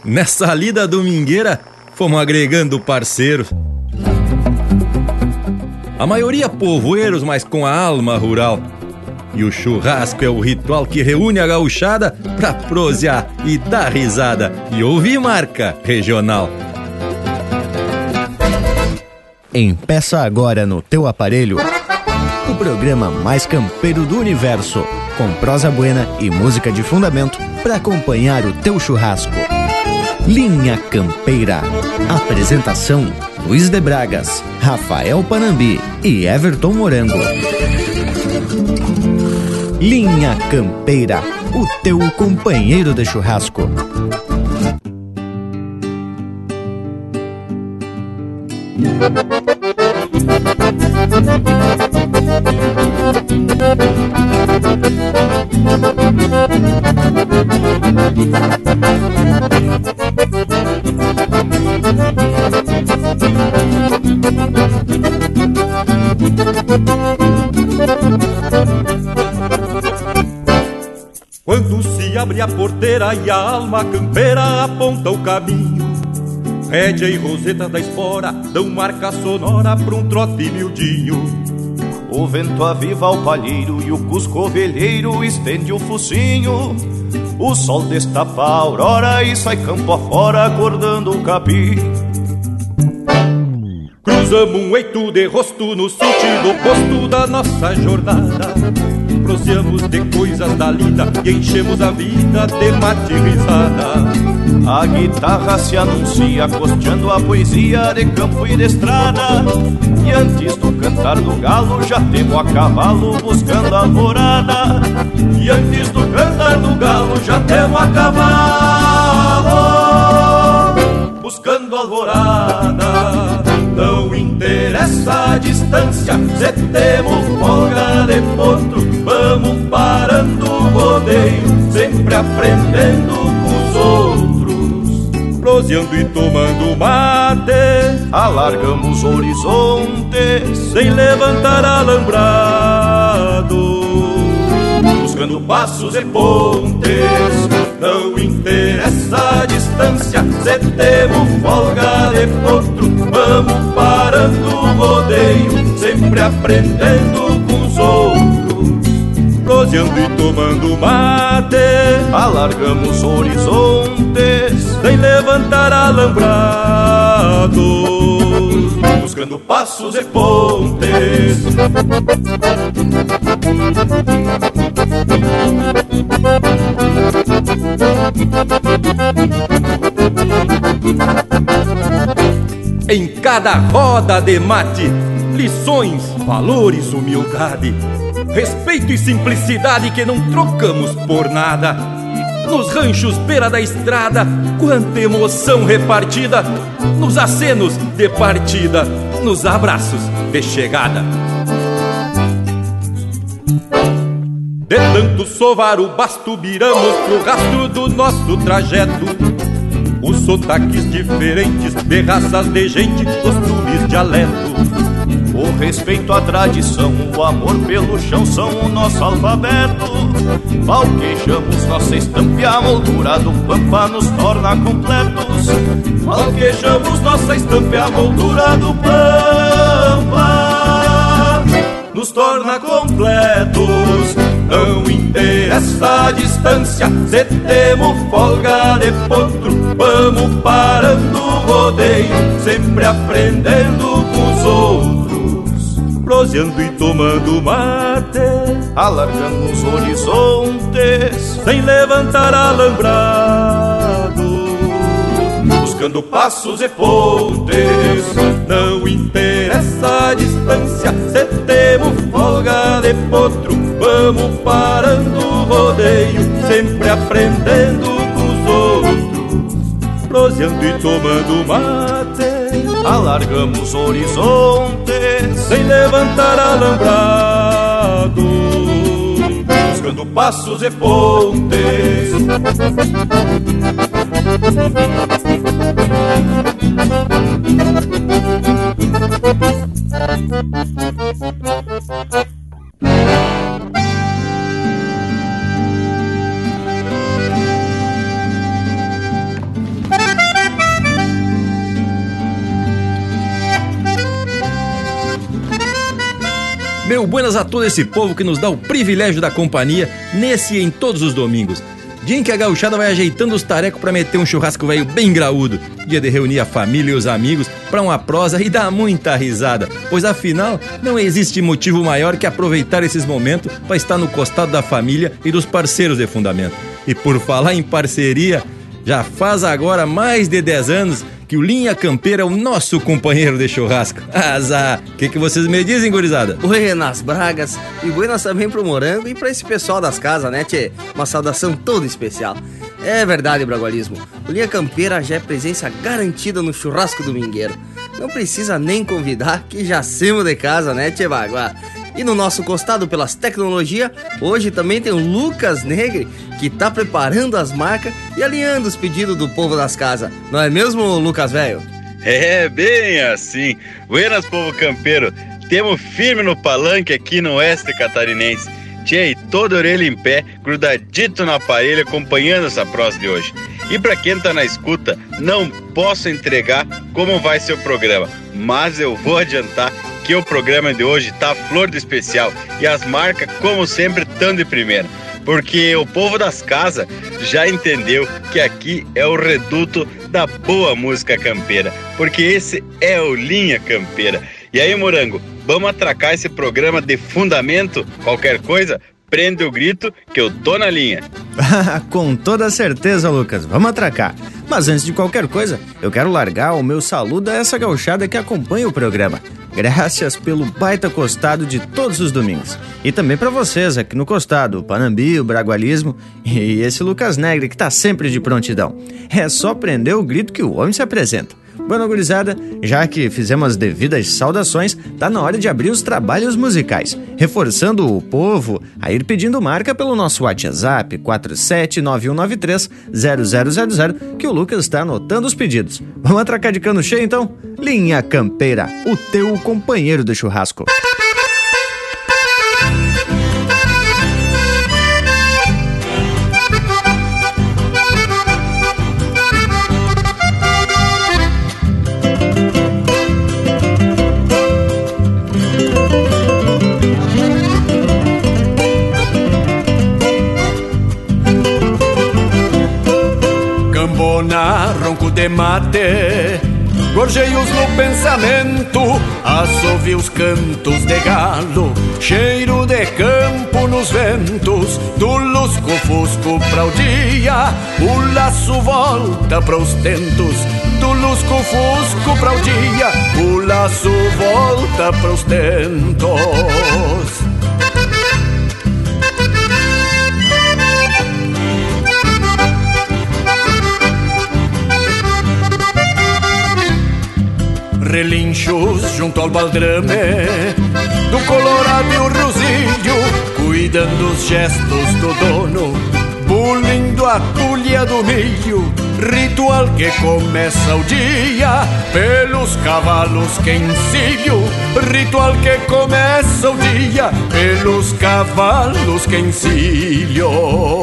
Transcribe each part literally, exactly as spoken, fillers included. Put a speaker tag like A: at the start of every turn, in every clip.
A: Nessa lida domingueira, fomos agregando parceiros. A maioria povoeiros, mas com a alma rural. E o churrasco é o ritual que reúne a gauchada pra prosear e dar risada e ouvir marca regional.
B: Empeça agora no teu aparelho o programa mais campeiro do universo, com prosa buena e música de fundamento para acompanhar o teu churrasco. Linha Campeira. Apresentação: Luiz de Bragas, Rafael Panambi e Everton Morango. Linha Campeira, o teu companheiro de churrasco.
C: Quando se abre a porteira e a alma campeira aponta o caminho, rédea e roseta da espora dão marca sonora pra um trote miudinho.
D: O vento aviva o palheiro e o cusco ovelheiro estende o focinho. O sol destapa a aurora e sai campo afora acordando o capim.
C: Cruzamos um eito de rosto no sentido oposto da nossa jornada. Proseamos de coisas da lida e enchemos a vida de mate e risada.
D: A guitarra se anuncia costeando a poesia de campo e de estrada. E antes do cantar do galo já temos a cavalo buscando a alvorada.
C: E antes do cantar do galo já temos a cavalo buscando a alvorada. Não interessa a distância, se temos folga de potro, vamos parando o rodeio, sempre aprendendo com os outros. Proseando e tomando mate,
D: alargamos horizontes,
C: sem levantar alambrado, buscando passos e pontes. Não interessa a distância, se temos folga de potro, vamos parando o rodeio, sempre aprendendo com os outros. Proseando e tomando mate,
D: alargamos horizontes,
C: sem levantar alambrados, buscando passos e pontes. Em cada roda de mate, lições, valores, humildade, respeito e simplicidade que não trocamos por nada. Nos ranchos beira da estrada, quanta emoção repartida, nos acenos de partida, nos abraços de chegada. De tanto sovar o basto, viramos pro rastro do nosso trajeto. Os sotaques diferentes de raças de gente, costumes, dialeto.
D: O respeito à tradição, o amor pelo chão são o nosso alfabeto. Valquejamos nossa estampa e a moldura do pampa nos torna completos.
C: Valquejamos nossa estampa e a moldura do pampa nos torna completos. Não interessa a distância, se temos folga de potro, vamos parando o rodeio, sempre aprendendo com os outros. Proseando e tomando mate,
D: alargamos horizontes,
C: sem levantar alambrado, buscando passos e pontes. Não interessa a distância, se temos folga de potro, vamos parando o rodeio, sempre aprendendo com os outros. Proseando e tomando mate,
D: alargamos horizontes,
C: sem levantar alambrado, buscando passos e pontes.
A: Meu buenas a todo esse povo que nos dá o privilégio da companhia nesse e em todos os domingos. Dia em que a gauchada vai ajeitando os tarecos pra meter um churrasco velho bem graúdo. Dia de reunir a família e os amigos pra uma prosa e dar muita risada. Pois afinal, não existe motivo maior que aproveitar esses momentos pra estar no costado da família e dos parceiros de fundamento. E por falar em parceria, já faz agora mais de dez anos que o Linha Campeira é o nosso companheiro de churrasco. Azar! O que, que vocês me dizem, gurizada?
E: Buenas bragas e buenas também pro Morango e pra esse pessoal das casas, né, tchê? Uma saudação toda especial. É verdade, Bragualismo. O Linha Campeira já é presença garantida no churrasco domingueiro. Não precisa nem convidar, que já semos de casa, né, tchê Bagua? E no nosso costado pelas tecnologias, hoje também tem o Lucas Negre, que tá preparando as marcas e alinhando os pedidos do povo das casas. Não é mesmo, Lucas velho?
F: É, bem assim. Buenas, povo campeiro. Temos firme no palanque aqui no oeste catarinense. Tchê, toda orelha em pé, grudadito no aparelho, acompanhando essa prosa de hoje. E pra quem tá na escuta, não posso entregar como vai ser o programa, mas eu vou adiantar que o programa de hoje tá flor de especial e as marcas, como sempre, tão de primeira. Porque o povo das casas já entendeu que aqui é o reduto da boa música campeira, porque esse é o Linha Campeira. E aí, Morango, vamos atracar esse programa de fundamento? Qualquer coisa, prende o grito que eu tô na linha.
B: Com toda certeza, Lucas, vamos atracar. Mas antes de qualquer coisa, eu quero largar o meu saludo a essa gauchada que acompanha o programa. Graças pelo baita costado de todos os domingos. E também para vocês aqui no costado, o Panambi, o Bragualismo e esse Lucas Negre que tá sempre de prontidão. É só prender o grito que o homem se apresenta. Bueno, gurizada, já que fizemos as devidas saudações, tá na hora de abrir os trabalhos musicais, reforçando o povo a ir pedindo marca pelo nosso WhatsApp quatro sete nove um nove três zero zero zero zero, que o Lucas está anotando os pedidos. Vamos atracar de cano cheio então? Linha Campeira, o teu companheiro de churrasco.
D: Ronco de mate, gorjeios no pensamento, assovio os cantos de galo, cheiro de campo nos ventos, do lusco-fusco pra o dia, o laço volta pra os tentos, do lusco-fusco pra o dia, o laço volta pra os tentos. Relinchos junto ao baldrame do colorado e o rosilho, cuidando os gestos do dono, bulindo a tulha do milho, ritual que começa o dia pelos cavalos que encilho, ritual que começa o dia pelos cavalos que encilho.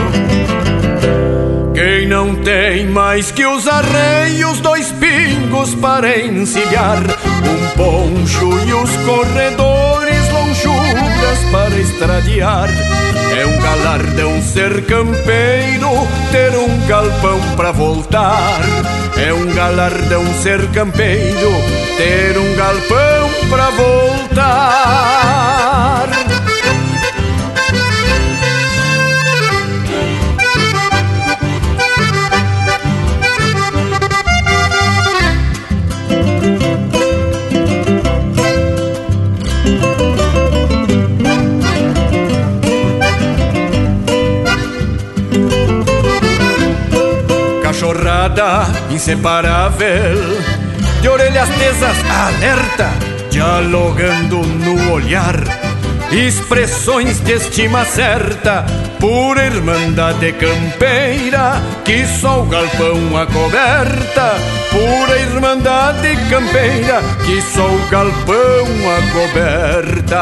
D: Quem não tem mais que os arreios, dois pingos para encilhar, um poncho e os corredores, lonjuras para estradear. É um galardão ser campeiro, ter um galpão pra voltar. É um galardão ser campeiro, ter um galpão pra voltar. Cachorrada inseparável, de orelhas tesas alerta, dialogando no olhar, expressões de estima certa, pura irmandade campeira, que só o galpão acoberta, pura irmandade campeira, que só o galpão acoberta.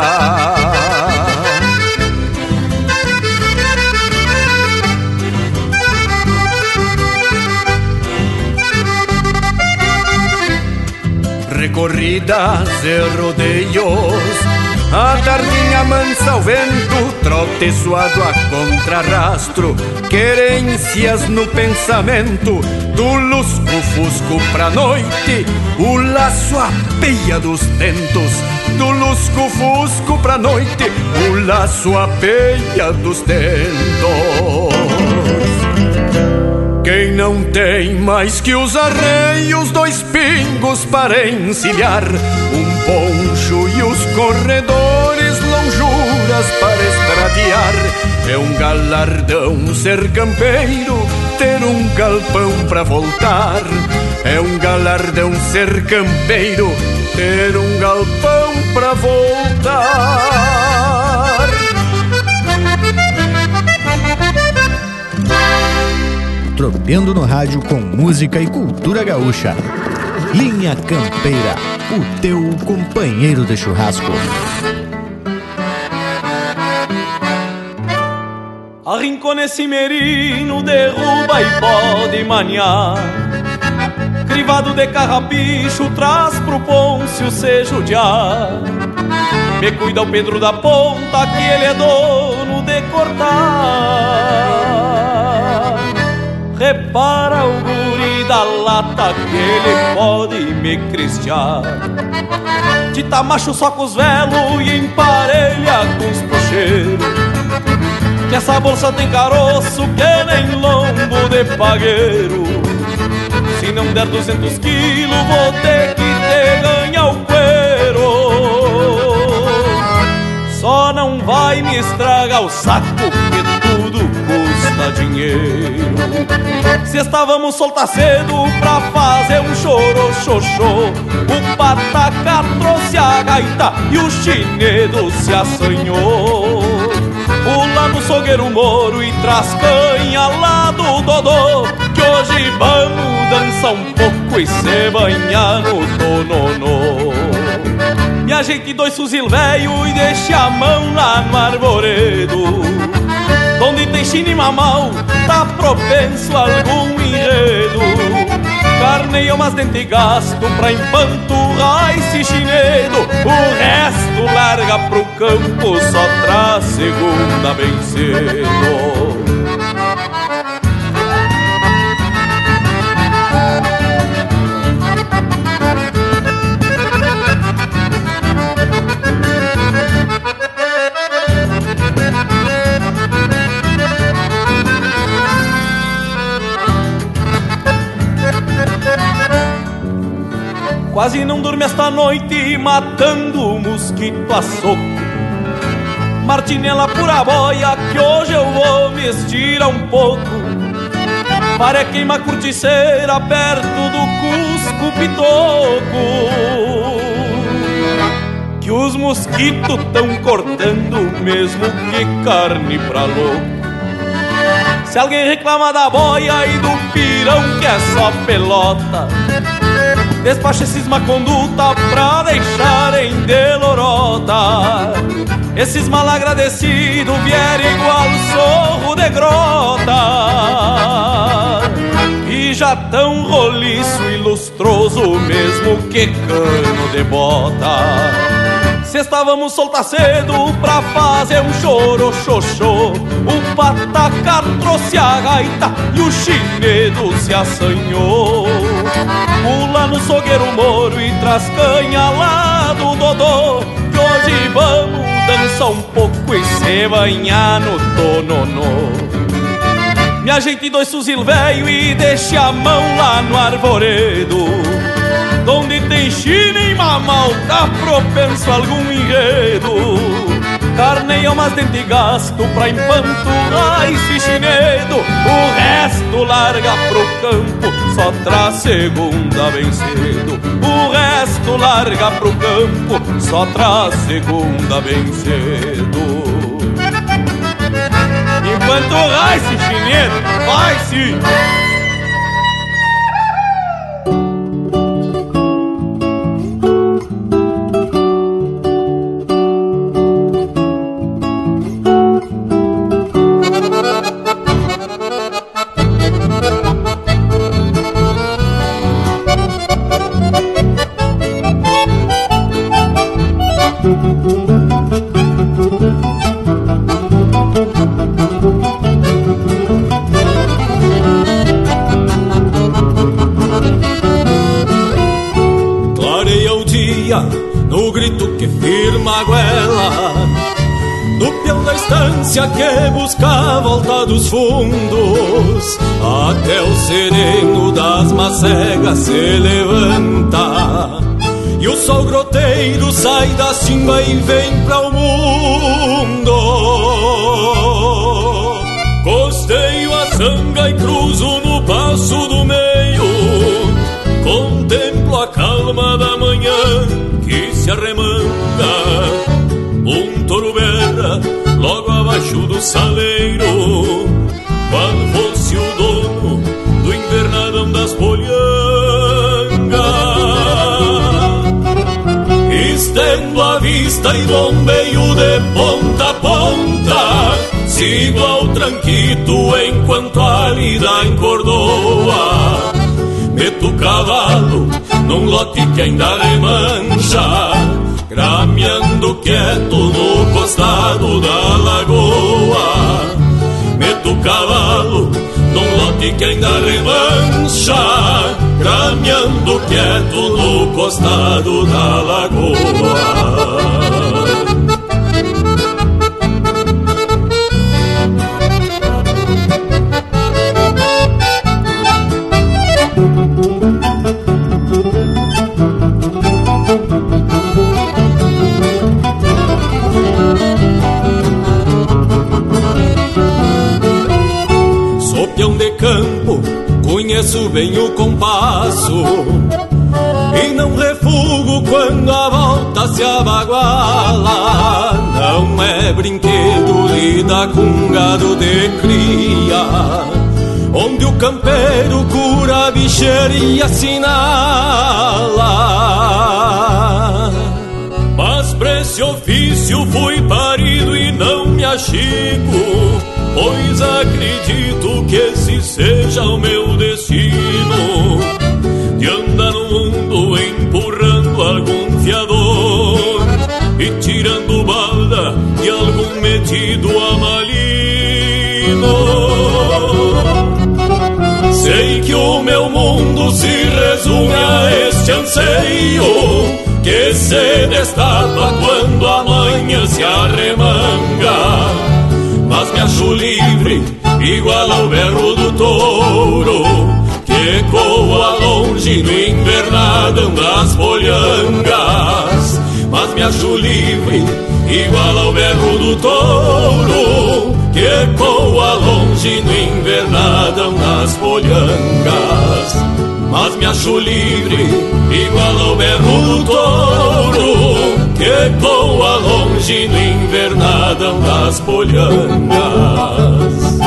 D: Recorridas e rodeios,
G: A tardinha mansa ao vento, trote suado a contrarrastro, querências no pensamento, do lusco-fusco pra noite, o laço a peia dos tentos. Do lusco-fusco pra noite, o laço a peia dos tentos. Quem não tem mais que os arreios, dois pingos para encilhar, um poncho e os corredores, lonjuras para estradear. É um galardão ser campeiro, ter um galpão pra voltar. É um galardão ser campeiro, ter um galpão pra voltar.
B: Tropeando no rádio com música e cultura gaúcha. Linha Campeira, o teu companheiro de churrasco.
H: Arrincona esse merino, derruba e pode maniar. Crivado de carrapicho, traz pro Pôncio se judiar. Me cuida o Pedro da Ponta, que ele é dono de cortar. Repara o guri da lata, que ele pode me cristiar. Tita macho só com os velos e emparelha com os puxeiros. Que essa bolsa tem caroço que nem lombo de pagueiro. Se não der duzentos quilos, vou ter que te ganhar o cuero. Só não vai me estragar o saco, que tudo custa dinheiro. Se estávamos soltar cedo pra fazer um choro xoxô, o pataca trouxe a gaita e o chinedo se assanhou. O lá no Sogueiro Moro e traz canha lá do Dodô, que hoje vamos dançar um pouco e se banhar no tononô. Me ajeite dois fuzil velho e deixe a mão lá no arvoredo. Onde tem china e mamau, tá propenso a algum enredo. Carneia umas dente gasto pra empanturrar esse chinedo. O resto larga pro campo, só traz segunda bem cedo. Quase não dorme esta noite, matando o mosquito a soco. Martinela pura boia, que hoje eu vou me estirar um pouco. Para queimar corticeira perto do Cusco Pitoco, que os mosquitos tão cortando mesmo que carne pra louco. Se alguém reclama da boia e do pirão que é só pelota, despacha esses má conduta pra deixarem de lorota. Esses mal agradecidos vierem igual sorro de grota, e já tão roliço e lustroso mesmo que cano de bota. Se estávamos soltar cedo pra fazer um choro xoxô, o pataca trouxe a gaita e o chinedo se assanhou. Pula no Sogueiro Moro e traz canha lá do Dodô, que hoje vamos dançar um pouco e se banhar no tononô. Me ajeite dois fuzil velho e deixe a mão lá no arvoredo. Onde tem china e mamau, tá propenso a algum enredo. Carneia umas dente gasto pra empanturrar esse chinedo. O resto larga pro campo, só traz segunda bem cedo. O resto larga pro campo, só traz segunda bem cedo. Empanturrar esse chinedo, vai sim! da estância que busca a volta dos fundos, até o sereno das macegas se levanta, e o sol groteiro sai da cimba e vem pra o mundo. Costeio a sanga e cruzo no passo do meio, contemplo a calma da manhã que se arremanga. Um touro berra logo abaixo do saleiro, qual fosse o dono do invernadão das polhangas. Estendo a vista e bombeio de ponta a ponta, sigo ao tranquito enquanto a lida encordoa. Meto o cavalo num lote que ainda remancha, grameando quieto no costado da lagoa. Meto o cavalo num lote que ainda remancha, grameando quieto no costado da lagoa. Campo, conheço bem o compasso e não refugo quando a volta se abaguala. Não é brinquedo lidar com gado de cria, onde o campeiro cura a bicheira e assinala. Mas pra esse ofício fui parido e não me achico, pois acredito que esse seja o meu destino, de andar no mundo empurrando algum fiador e tirando balda de algum metido amalino. Sei que o meu mundo se resume a este anseio que se destapa quando a manhã se arremanga. Mas me acho livre, igual ao berro do touro, que ecoa longe no invernadão das polhangas. Mas me acho livre, igual ao berro do touro, que ecoa longe no invernadão das polhangas. Mas me acho livre, igual ao berro do touro, que ecoa longe no invernadão das polhangas.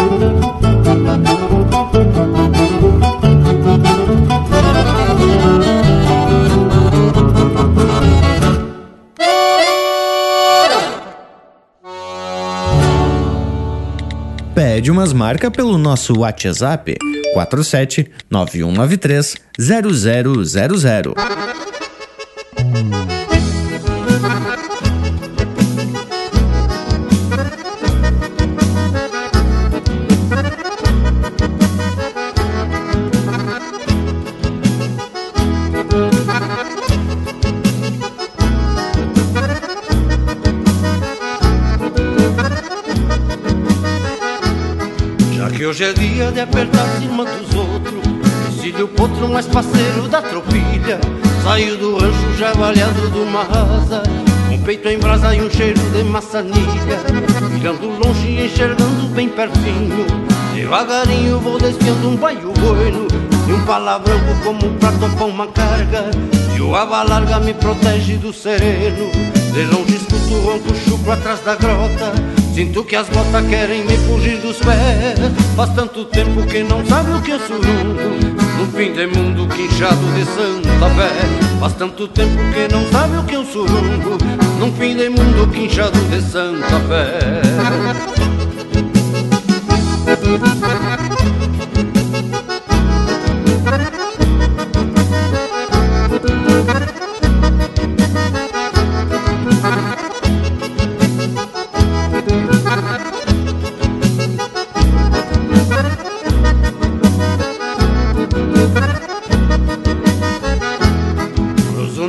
B: Pede umas marcas pelo nosso WhatsApp quatro sete nove um nove três zero zero zero zero.
I: Hoje é dia de apertar cima dos outros, Cecílio Potro, mais parceiro da tropilha. Saiu do rancho já baleado de uma asa, um peito em brasa e um cheiro de maçanilha. Mirando longe e enxergando bem pertinho, devagarinho vou desfiando um baio bueno e um palavrão como pra topar uma carga. E o aba larga me protege do sereno, de longe escuto o ronco chucro atrás da grota. Sinto que as botas querem me fugir dos pés. Faz tanto tempo que não sabe o que é surungo, num fim de mundo quinchado de Santa Fé. Faz tanto tempo que não sabe o que é um surungo, num fim de mundo quinchado de Santa Fé.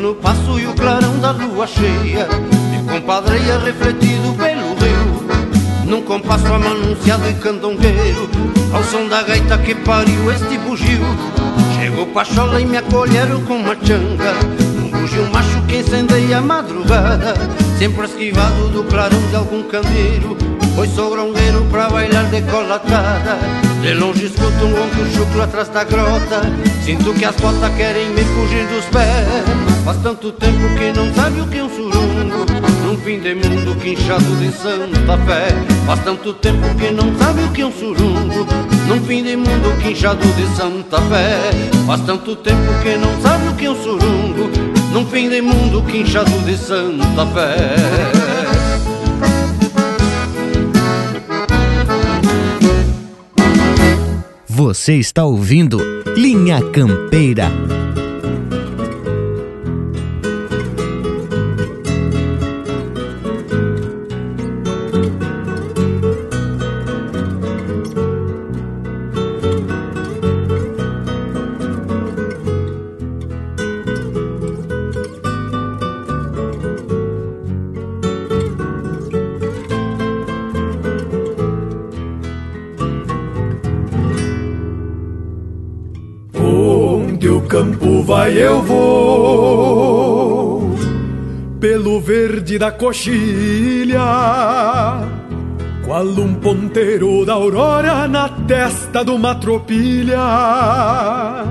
J: lua cheia, de compadreia refletido pelo rio.
I: passo amanunciado e candongueiro, ao som da gaita que pariu este bugio. Chegou Pachola e me acolheram com uma changa, um bugio macho que incendeia a madrugada, sempre esquivado do clarão de algum candeeiro, pois sou grongueiro pra bailar decolatada. De longe escuto um ronco chucro atrás da grota, sinto que as botas querem me fugir dos pés. Faz tanto tempo que não sabe o que é um surungo, num fim de mundo quinchado de Santa Fé. Faz tanto tempo que não sabe o que é um surungo, num fim de mundo quinchado de Santa Fé. Faz tanto tempo que não sabe o que é um surungo, num fim de mundo quinchado de Santa Fé.
B: Você está ouvindo Linha Campeira.
G: Campo vai eu vou, pelo verde da coxilha, qual um ponteiro da aurora na testa de uma tropilha.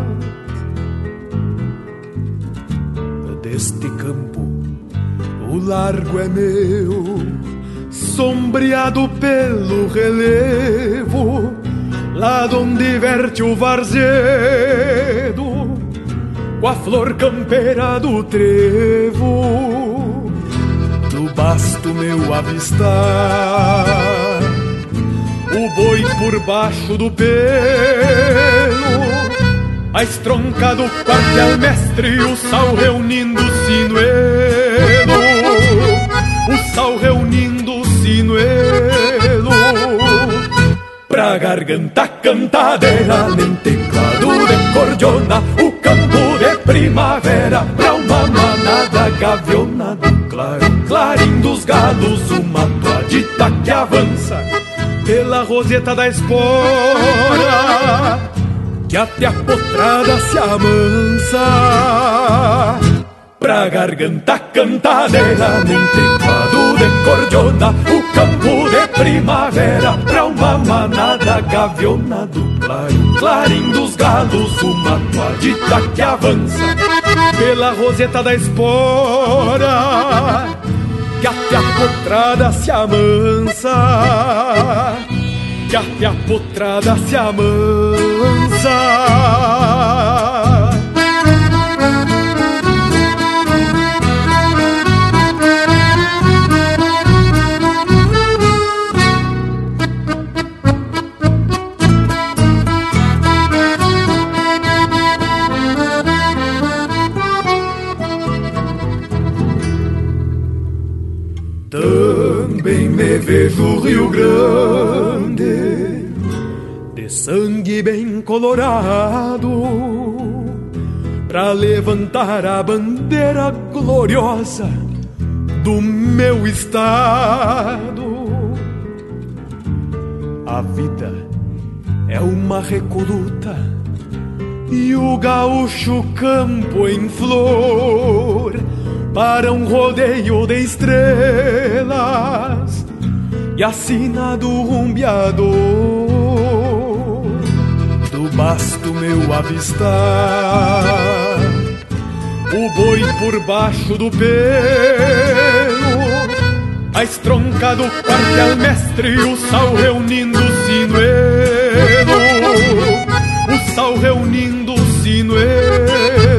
G: Deste campo o largo é meu, sombreado pelo relevo, lá donde verte o varzedo, com a flor campeira do trevo, no basto meu avistar o boi por baixo do pelo, a estronca do quartel-mestre e o sal reunindo o sinuelo, o sal reunindo o sinuelo, pra garganta cantadeira, nem teclado de cordiona, o campo de primavera, pra uma manada gaviona do clarim, clarim dos galos, uma toadita que avança pela roseta da espora, que até a potrada se amansa. Pra garganta cantadeira, nem teclado de cordiona, o campo de primavera, pra uma manada gaviona do clarim, clarim dos galos, uma toadita que avança pela roseta da espora, que até a potrada se amansa, que até a potrada se amansa. Também me vejo Rio Grande, de sangue bem colorado, pra levantar a bandeira gloriosa do meu estado. A vida é uma recoluta e o gaúcho campo em flor, para um rodeio de estrelas e a sina do rumbeador, do basto meu avistar o boi por baixo do pelo, a estronca do quartel-mestre e o sal reunindo o sinuelo, o sal reunindo o sinuelo,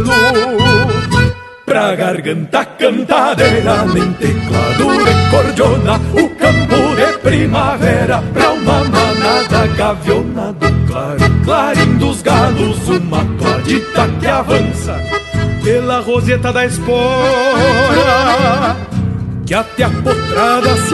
G: pra garganta cantadeira, nem teclado de cordiona, o campo de primavera, pra uma manada gaviona do clarim, clarim dos galos, uma toadita que avança pela roseta da espora, que até a potrada se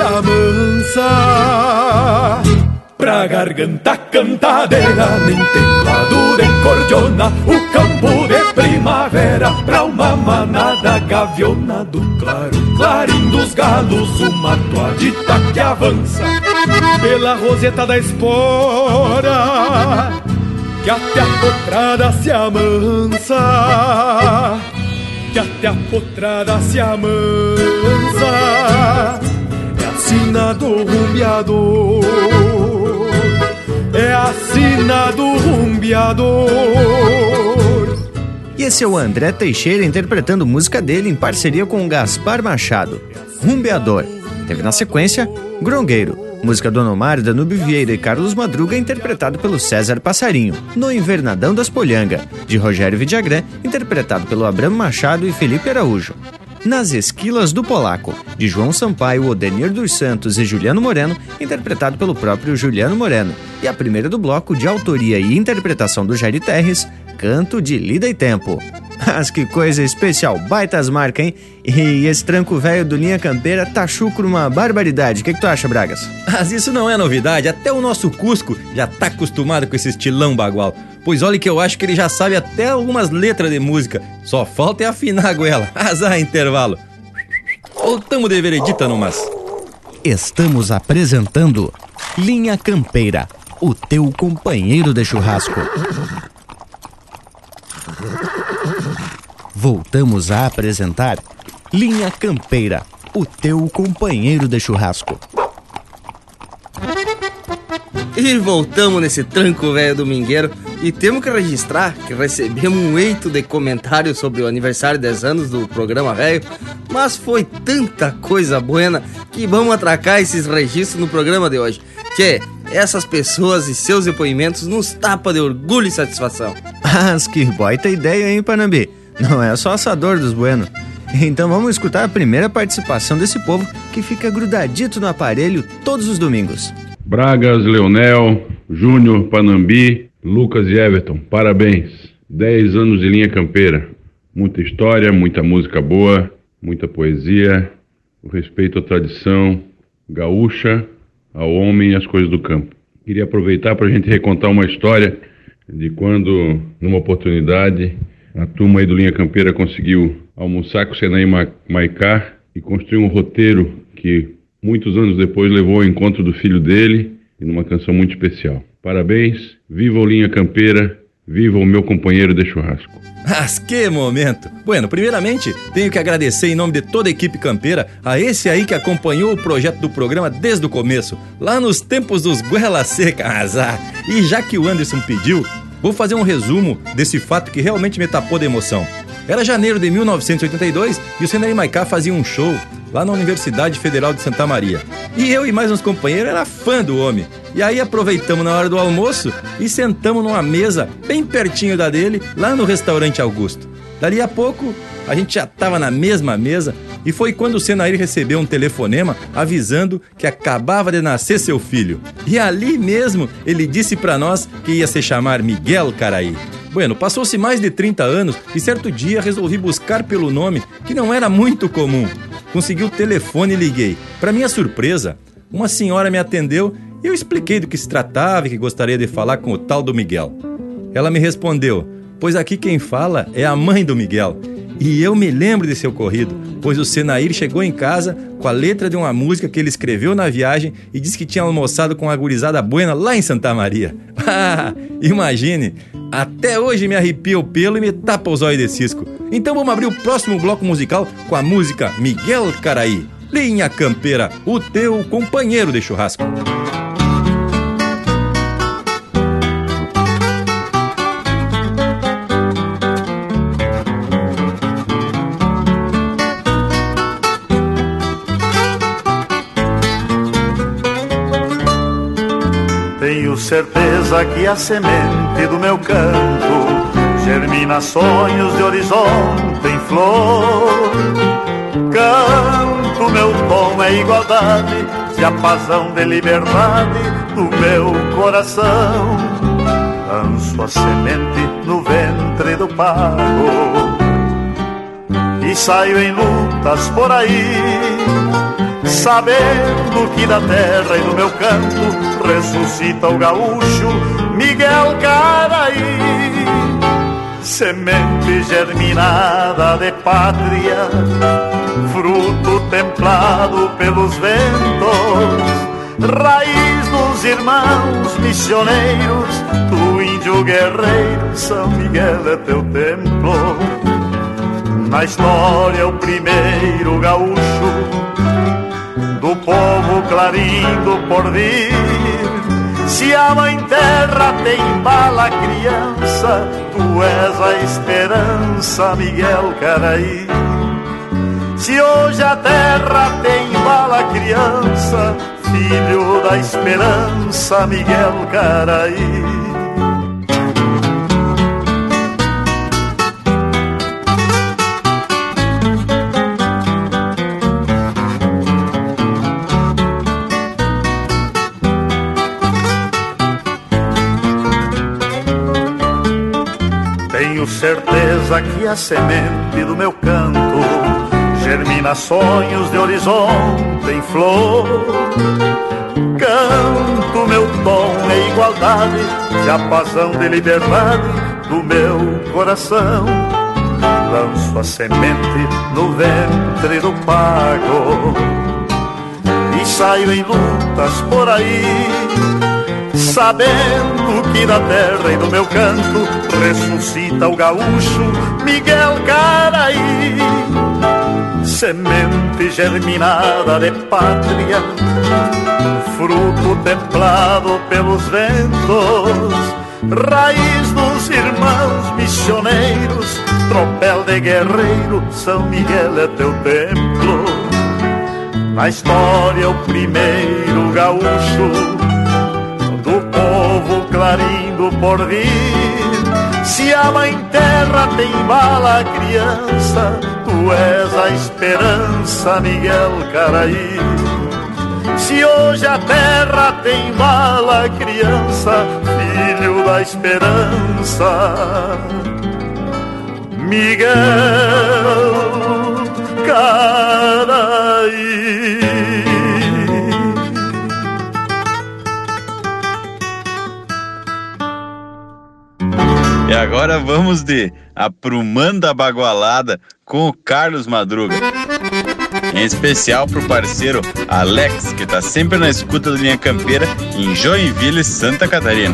G: amansa. Pra garganta cantadeira, nem teclado de cordiona, o campo de primavera, pra uma manada gaviona avionado claro, clarim dos galos, uma toadita que avança pela roseta da espora, que até a potrada se amansa, que até a potrada se amansa. É a sina do rumbeador, é a sina do rumbeador.
B: E esse é o André Teixeira interpretando música dele em parceria com o Gaspar Machado, Rumbeador. Teve na sequência Grongueiro, música do Onomário, Danúbio Vieira e Carlos Madruga, interpretado pelo César Passarinho. No Invernadão das Polhanga, de Rogério Vidagrã, interpretado pelo Abramo Machado e Felipe Araújo. Nas Esquilas do Polaco, de João Sampaio, Odenir dos Santos e Juliano Moreno, interpretado pelo próprio Juliano Moreno. E a primeira do bloco, de autoria e interpretação do Jairi Terres, Canto de Lida e Tempo. Mas que coisa especial, baitas marcas, hein? E esse tranco velho do Linha Campeira tá chucro uma barbaridade. O que, que tu acha, Bragas?
A: Mas isso não é novidade, até o nosso Cusco já tá acostumado com esse estilão bagual. Pois olha que eu acho que ele já sabe até algumas letras de música, só falta é afinar a goela. Azar intervalo. Voltamos de veredita no mas.
B: Estamos apresentando Linha Campeira, o teu companheiro de churrasco. Voltamos a apresentar Linha Campeira, o teu companheiro de churrasco.
E: E voltamos nesse tranco velho domingueiro e temos que registrar que recebemos um eito de comentários sobre o aniversário de dez anos do programa velho, mas foi tanta coisa buena que vamos atracar esses registros no programa de hoje. Tchê, essas pessoas e seus depoimentos nos tapa de orgulho e satisfação.
B: Mas que baita ideia, hein, Panambi? Não é só assador dos buenos. Então vamos escutar a primeira participação desse povo que fica grudadito no aparelho todos os domingos.
J: Bragas, Leonel, Júnior, Panambi, Lucas e Everton, parabéns. dez anos de Linha Campeira. Muita história, muita música boa, muita poesia, o respeito à tradição gaúcha, ao homem e às coisas do campo. Queria aproveitar para a gente recontar uma história de quando, numa oportunidade, a turma aí do Linha Campeira conseguiu almoçar com o Senai Maicá e construir um roteiro que muitos anos depois levou ao encontro do filho dele e numa canção muito especial. Parabéns, viva o Linha Campeira, viva o meu companheiro de churrasco.
A: Mas que momento! Bueno, primeiramente, tenho que agradecer em nome de toda a equipe campeira a esse aí que acompanhou o projeto do programa desde o começo, lá nos tempos dos Goela Seca. Azar! E já que o Anderson pediu, vou fazer um resumo desse fato que realmente me tapou de emoção. Era janeiro de mil novecentos e oitenta e dois e o Senai Maicá fazia um show lá na Universidade Federal de Santa Maria. E eu e mais uns companheiros era fã do homem. E aí aproveitamos na hora do almoço e sentamos numa mesa bem pertinho da dele, lá no restaurante Augusto. Dali a pouco, a gente já estava na mesma mesa e foi quando o Senair recebeu um telefonema avisando que acabava de nascer seu filho. E ali mesmo ele disse para nós que ia se chamar Miguel Caraí. Bueno, passou-se mais de trinta anos e certo dia resolvi buscar pelo nome que não era muito comum. Consegui o telefone e liguei. Para minha surpresa, uma senhora me atendeu e eu expliquei do que se tratava e que gostaria de falar com o tal do Miguel. Ela me respondeu, pois aqui quem fala é a mãe do Miguel. E eu me lembro desse ocorrido, pois o Senair chegou em casa com a letra de uma música que ele escreveu na viagem e disse que tinha almoçado com a gurizada buena lá em Santa Maria. Ah, imagine, até hoje me arrepia o pelo e me tapa os olhos de cisco. Então vamos abrir o próximo bloco musical com a música Miguel Caraí. Linha Campeira, o teu companheiro de churrasco.
K: Tenho certeza que a semente do meu canto germina sonhos de horizonte em flor. Canto, meu tom é igualdade, diapasão de liberdade do meu coração. Lanço a semente no ventre do pago e saio em lutas por aí, sabendo que da terra e do meu canto ressuscita o gaúcho Miguel Caraí. semente germinada de pátria, fruto templado pelos ventos, raiz dos irmãos missioneiros, tu índio guerreiro, São Miguel é teu templo. Na história o primeiro gaúcho, do povo clarim do porvir. Se a mãe terra tem embala a criança, tu és a esperança, Miguel Caraí. Se hoje a terra tem embala a criança, filho da esperança, Miguel Caraí. Certeza que a semente do meu canto germina sonhos de horizonte em flor. Canto, meu tom é igualdade, e a paixão de liberdade do meu coração. Lanço a semente no ventre do pago e saio em lutas por aí, sabendo que da terra e do meu canto ressuscita o gaúcho Miguel Caraí. Semente germinada de pátria, fruto templado pelos ventos, raiz dos irmãos missioneiros, tropel de guerreiro, São Miguel é teu templo. Na história o primeiro gaúcho, do povo clarim do porvir. Se a mãe terra tem bala a criança, tu és a esperança, Miguel Caraí. Se hoje a terra tem bala a criança, filho da esperança, Miguel Caraí.
F: E agora vamos de Aprumando a Bagualada com o Carlos Madruga. Em especial pro parceiro Alex, que tá sempre na escuta do Linha Campeira em Joinville, Santa Catarina.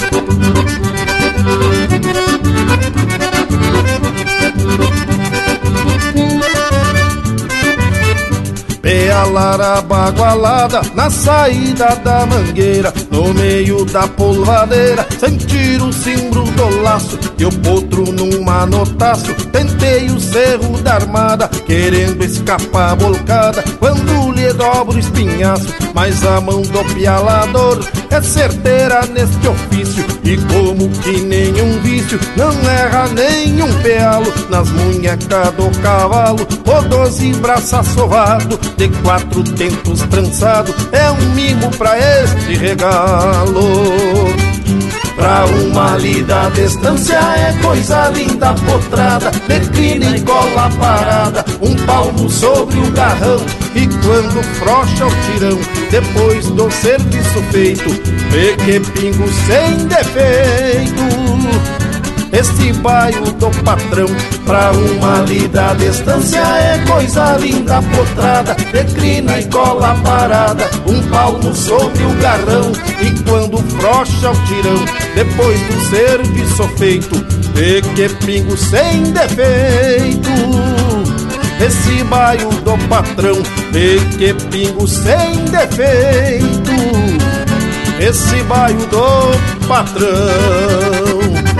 L: Pealara bagualada na saída da mangueira, no meio da polvadeira, sentir o cimbro do laço e o potro num manotaço. Tentei o cerro da armada, querendo escapar bolcada, quando lhe dobro o espinhaço, mas a mão do pialador é certeira neste ofício, e como que nenhum vício, não erra nenhum pealo nas munhecas do cavalo, o doze braço sovado, de quatro tentos trançado, é um mimo pra este regalo. Pra uma lida à distância é coisa linda potrada, declina e cola parada, um palmo sobre o garrão, e quando frouxa o tirão, depois do serviço feito, vê que pingo sem defeito. Este baio do patrão, pra uma lida à distância é coisa linda potrada, declina e cola parada, um palmo sobre o garrão, e quando frouxa o tirão, depois do serviço feito, vê que pingo sem defeito. Esse baio do patrão, vê que pingo sem defeito. Esse baio do patrão.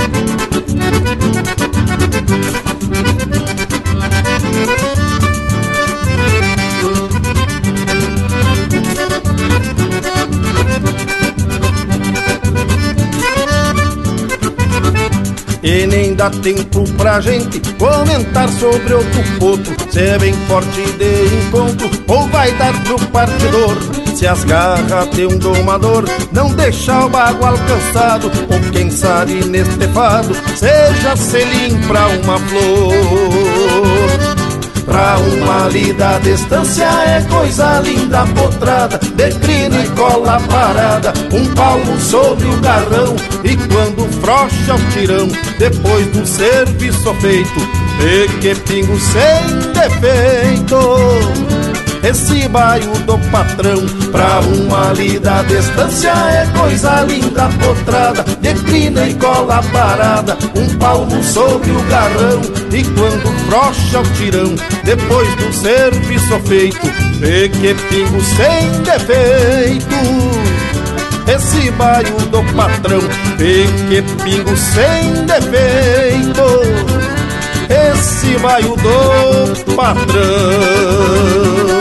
L: E nem dá tempo pra gente comentar sobre outro potro, se é bem forte de encontro ou vai dar pro partidor. Se as garras de um domador não deixar o bagual cansado, ou quem sabe neste fado seja selim pra uma flor. Pra uma lida à distância é coisa linda potrada, de crina e cola parada, um palmo sobre o garrão. E quando frouxa o tirão, depois do serviço feito, e que pingo sem defeito, esse baio do patrão. Pra uma lida à distância é coisa linda potrada, de crina e cola parada, um palmo sobre o garrão. E quando frouxa o tirão, depois do serviço feito, e que pingo sem defeito, esse baio do patrão. E que pingo sem defeito, esse baio do patrão.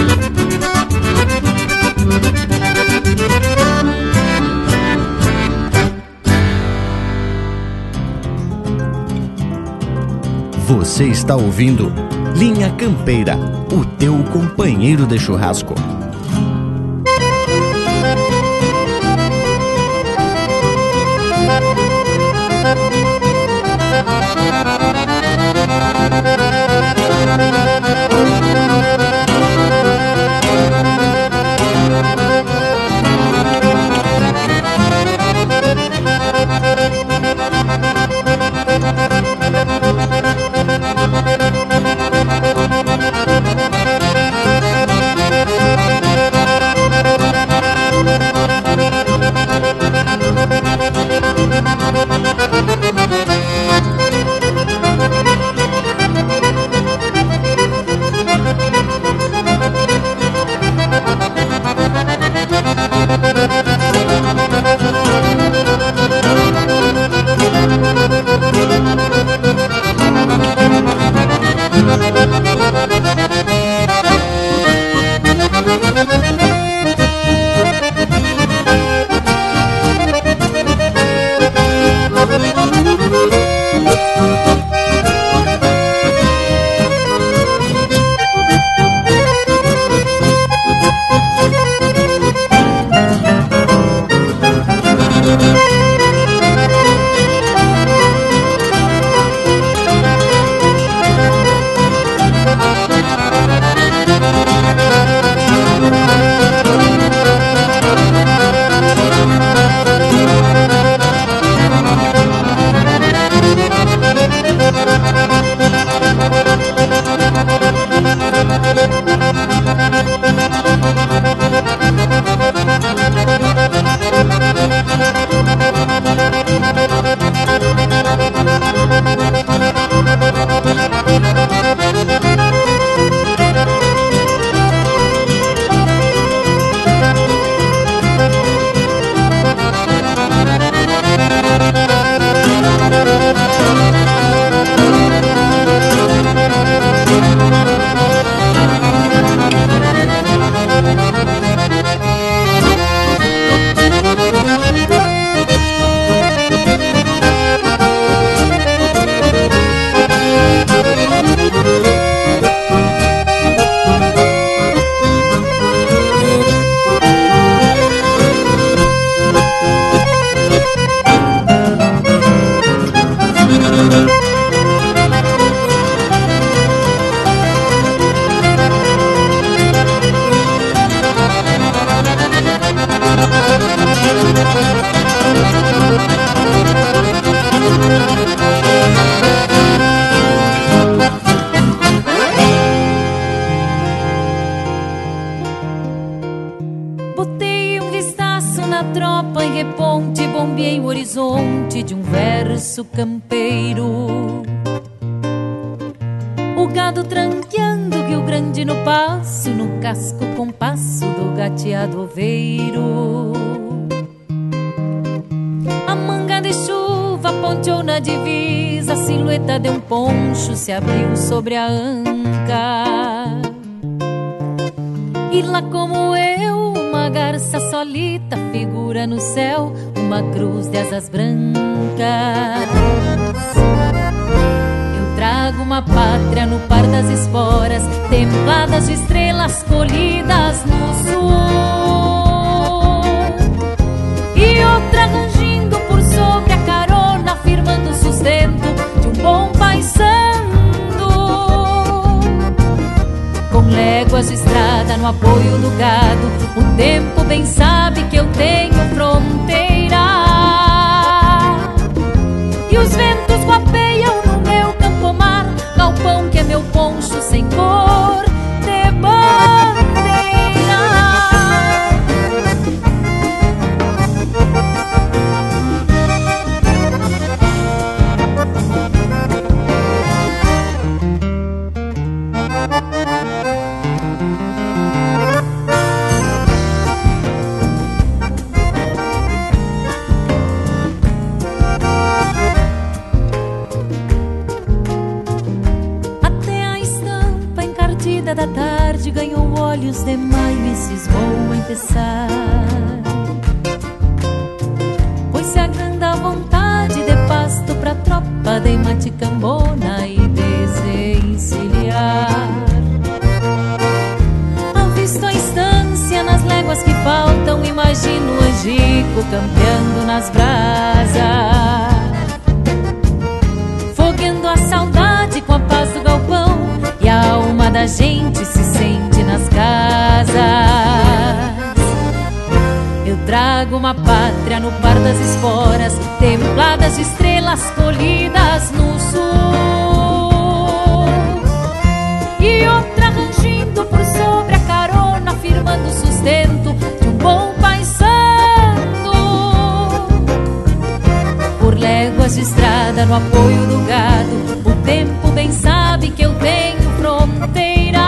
B: Você está ouvindo Linha Campeira, o teu companheiro de churrasco.
M: Campeiro, o gado tranqueando Rio Grande no passo, no casco compasso do gateado oveiro. A manga de chuva ponteou na divisa, a silhueta de um poncho se abriu sobre a anca. E lá como eu, uma garça solita figura no céu, uma cruz de asas brancas. Eu trago uma pátria no par das esporas, templadas de estrelas colhidas no sul, e outra rangindo por sobre a carona, afirmando o sustento de um bom paisano. léguas de estrada no apoio do gado. O tempo bem sabe que eu tenho fronteira, e os ventos guapeiam no meu campo-mar, galpão que é meu poncho sem cor de bandeira. Da tarde ganhou olhos de maio e cismou a empeçar, pois se agranda a vontade de pasto pra tropa de maticambona e desencilhar. Avisto a estância nas léguas que faltam, imagino o angico campeando nas brasas, fogueando a saudade com a paz do galpão, e a alma da gente se sente nas casas. Eu trago uma pátria no par das esporas, templadas de estrelas colhidas no sul, e outra rangindo por sobre a carona, firmando o sustento de um bom paisano. Por léguas de estrada no apoio do gado, o tempo bem sabe que eu tenho fronteira,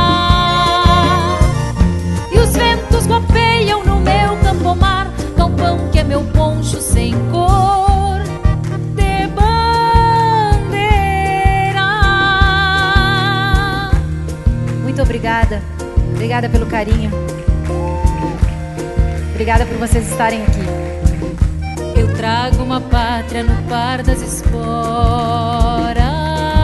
M: e os ventos guapeiam no meu campo-mar, galpão que é meu poncho sem cor de bandeira.
N: Muito obrigada, obrigada pelo carinho, obrigada por vocês estarem aqui.
M: Eu trago uma pátria no par das esporas.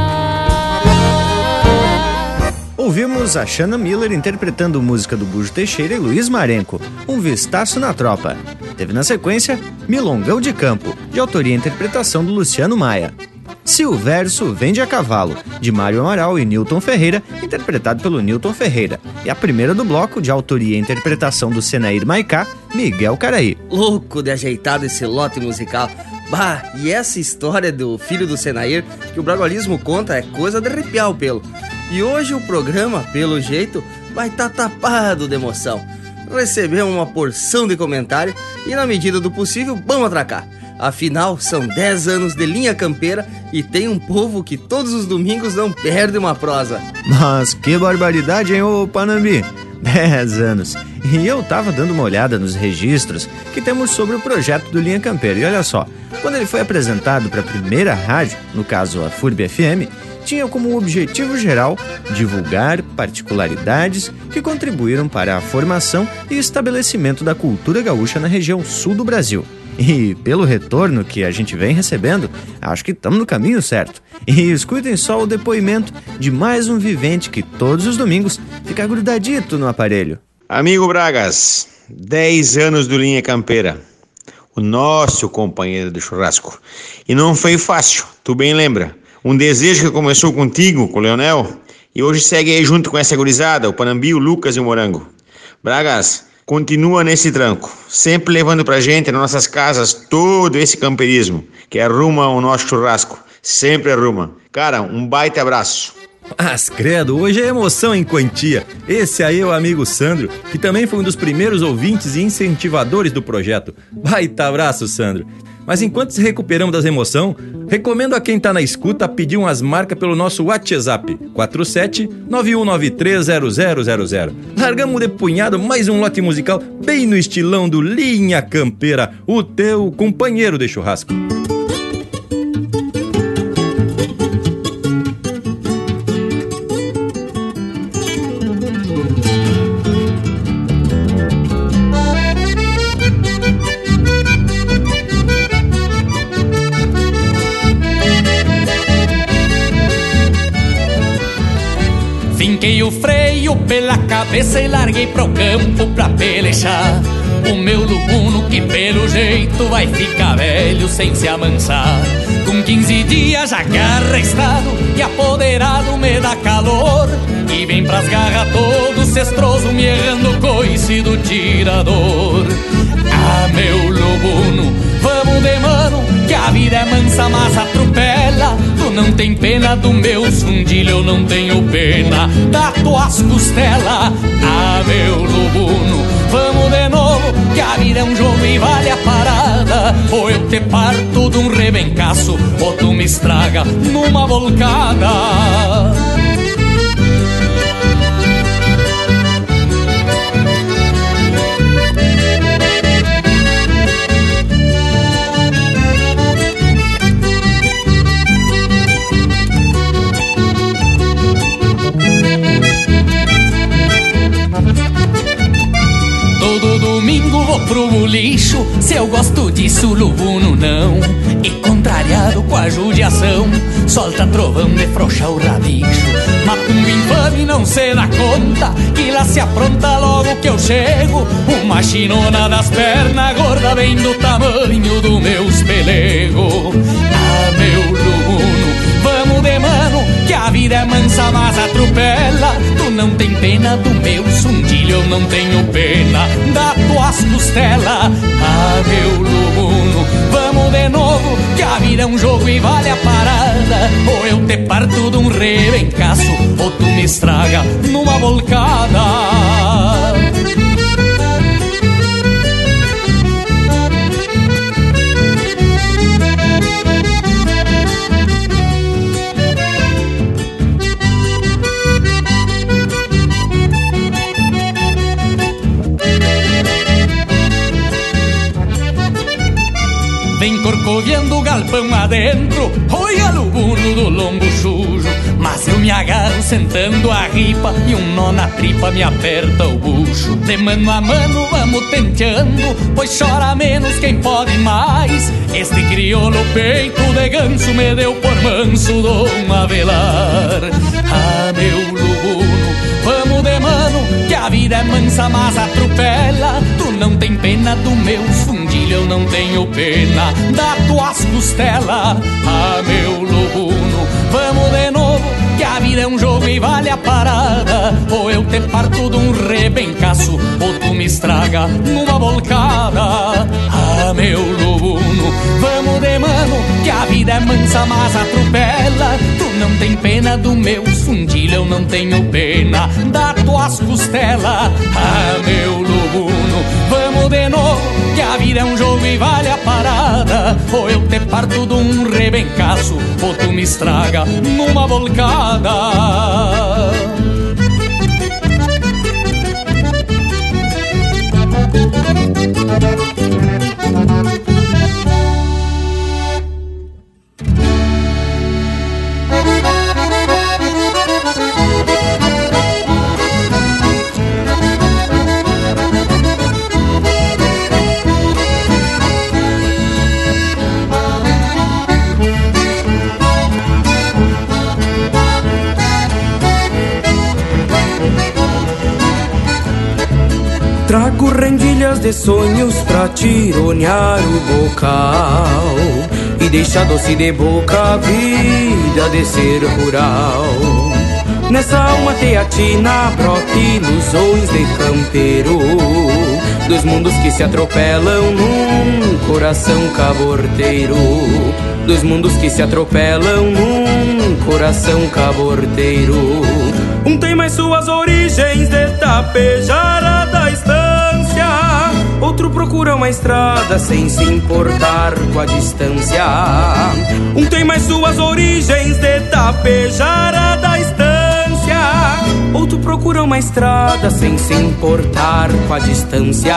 B: Ouvimos a Xana Miller interpretando música do Bujo Teixeira e Luiz Marenco, Um Vistaço na Tropa. Teve na sequência Milongão de Campo, de autoria e interpretação do Luciano Maia. Se o Verso Vende a Cavalo, de Mário Amaral e Nilton Ferreira, interpretado pelo Nilton Ferreira. E a primeira do bloco, de autoria e interpretação do Senair Maicá, Miguel Caraí.
E: Louco de ajeitado esse lote musical. Bah, e essa história do filho do Senair que o Bragualismo conta é coisa de arrepiar o pelo. E hoje o programa, pelo jeito, vai estar tá tapado de emoção. Recebemos uma porção de comentário e, na medida do possível, vamos atracar. Afinal, são dez anos de linha campeira e tem um povo que todos os domingos não perde uma prosa.
B: Mas que barbaridade, hein, ô Panambi? dez anos. E eu tava dando uma olhada nos registros que temos sobre o projeto do Linha Campeira. E olha só, quando ele foi apresentado para a primeira rádio, no caso a F U R B F M, tinha como objetivo geral divulgar particularidades que contribuíram para a formação e estabelecimento da cultura gaúcha na região sul do Brasil. E pelo retorno que a gente vem recebendo, acho que estamos no caminho certo. E escutem só o depoimento de mais um vivente que todos os domingos fica grudadito no aparelho.
O: Amigo Bragas, dez anos do Linha Campeira, o nosso companheiro de churrasco. E não foi fácil, tu bem lembra. Um desejo que começou contigo, com o Leonel, e hoje segue aí junto com essa gurizada, o Panambi, o Lucas e o Morango. Bragas, continua nesse tranco, sempre levando pra gente nas nossas casas todo esse campeirismo, que arruma o nosso churrasco, sempre arruma. Cara, um baita abraço.
A: Mas credo, hoje é emoção em quantia. Esse aí é o amigo Sandro, que também foi um dos primeiros ouvintes e incentivadores do projeto. Baita abraço, Sandro. Mas enquanto se recuperamos das emoções, recomendo a quem tá na escuta pedir umas marcas pelo nosso WhatsApp quatro sete nove um nove três zero zero zero zero. Largamos de punhado mais um lote musical bem no estilão do Linha Campeira, o teu companheiro de churrasco.
P: Finquei o freio pela cabeça e larguei pro campo pra pelejar o meu lubuno que pelo jeito vai ficar velho sem se amansar. Com quinze dias já arrestado e apoderado me dá calor, e vem pras garras todos cestroso me errando o coice do tirador. Ah, meu lobuno, vamos de mano, que a vida é mansa, mas atropela. Tu não tem pena do meu sundilho, eu não tenho pena das tuas costelas. Ah, meu lobuno, vamos de novo, que a vida é um jogo e vale a parada. Ou eu te parto de um rebencaço, ou tu me estraga numa volcada. Domingo vou pro bolicho, se eu gosto disso, lubuno não. E contrariado com a judiação, solta trovão de frouxa o rabicho. Macumba infame não se dá conta, que lá se apronta logo que eu chego. Uma chinona das pernas gorda bem do tamanho do meus pelego. Ah, meu lubuno, vamos de mano, que a vida é mansa, mas atropela. Tu não tem pena do meu sundilho, eu não tenho pena das tuas costelas. Ah, meu lubuno, vamos de novo, que a vida é um jogo e vale a parada. Ou eu te parto de um rebencaço, ou tu me estraga numa volcada. Vem corcoviando o galpão adentro, olha lubuno do lombo sujo. Mas eu me agarro sentando a ripa e um nó na tripa me aperta o bucho. De mano a mano vamos tenteando, pois chora menos quem pode mais. Este crioulo peito de ganso me deu por manso Dom Avelar. Ah, meu lubuno, vamos de mano, que a vida é mansa, mas atropela. Tu não tem pena do meu fundilho, eu não tenho pena das tuas costelas. Ah, meu lobuno, vamos de novo, que a vida é um jogo e vale a parada. Ou eu te parto de um rebencaço, ou tu me estraga numa volcada. Ah, meu lobuno, vamos de mano, que a vida é mansa, mas atropela. Tu não tem pena do meu fundilho, eu não tenho pena das tuas costelas. Ah, meu lobuno, vamos de novo, que a vida é um jogo e vale a parada. Ou eu te parto de um rebencaço, ou tu me estraga numa volcada.
Q: Trago rendilhas de sonhos pra tironear o bocal e deixar doce de boca a vida de ser rural. Nessa alma teatina brota ilusões de campeiro, dos mundos que se atropelam num coração caborteiro. Dos mundos que se atropelam num coração caborteiro. Um tem mais suas origens de Tapejara da estância, outro procura uma estrada sem se importar com a distância. Um tem mais suas origens de Tapejara da estância, outro procura uma estrada sem se importar com a distância.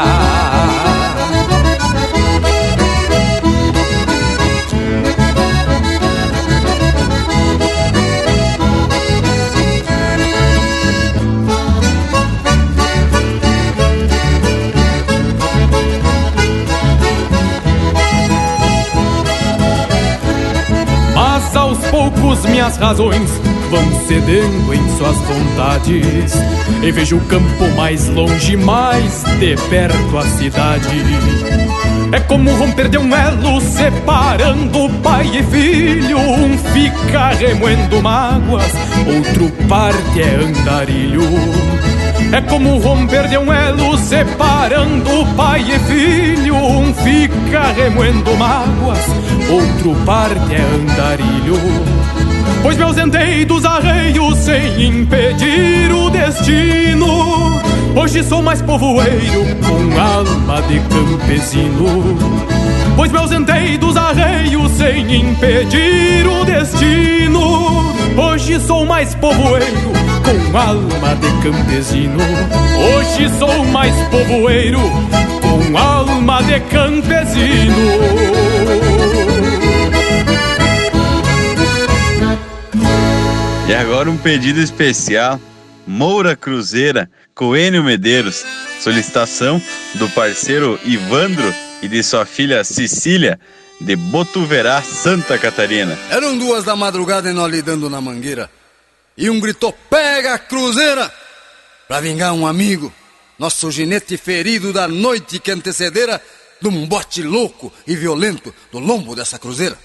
H: Aos poucos minhas razões vão cedendo em suas vontades, e vejo o campo mais longe, mais de perto a cidade. É como romper de um elo separando pai e filho. Um fica remoendo mágoas, outro parte é andarilho. É como romper de um elo separando pai e filho. Um fica remoendo mágoas, outro parte é andarilho. Pois me ausentei dos arreios sem impedir o destino. Hoje sou mais povoeiro com alma de campesino. Pois me ausentei dos arreios sem impedir o destino. Hoje sou mais povoeiro com alma de campesino. Hoje sou mais povoeiro com alma de campesino.
F: E agora um pedido especial, Moura Cruzeira, Coênio Medeiros, solicitação do parceiro Ivandro e de sua filha Cecília, de Botuverá, Santa Catarina.
R: Eram duas da madrugada e nós lidando na mangueira, e um gritou, pega a cruzeira, pra vingar um amigo, nosso ginete ferido da noite que antecedera de um bote louco e violento do lombo dessa cruzeira.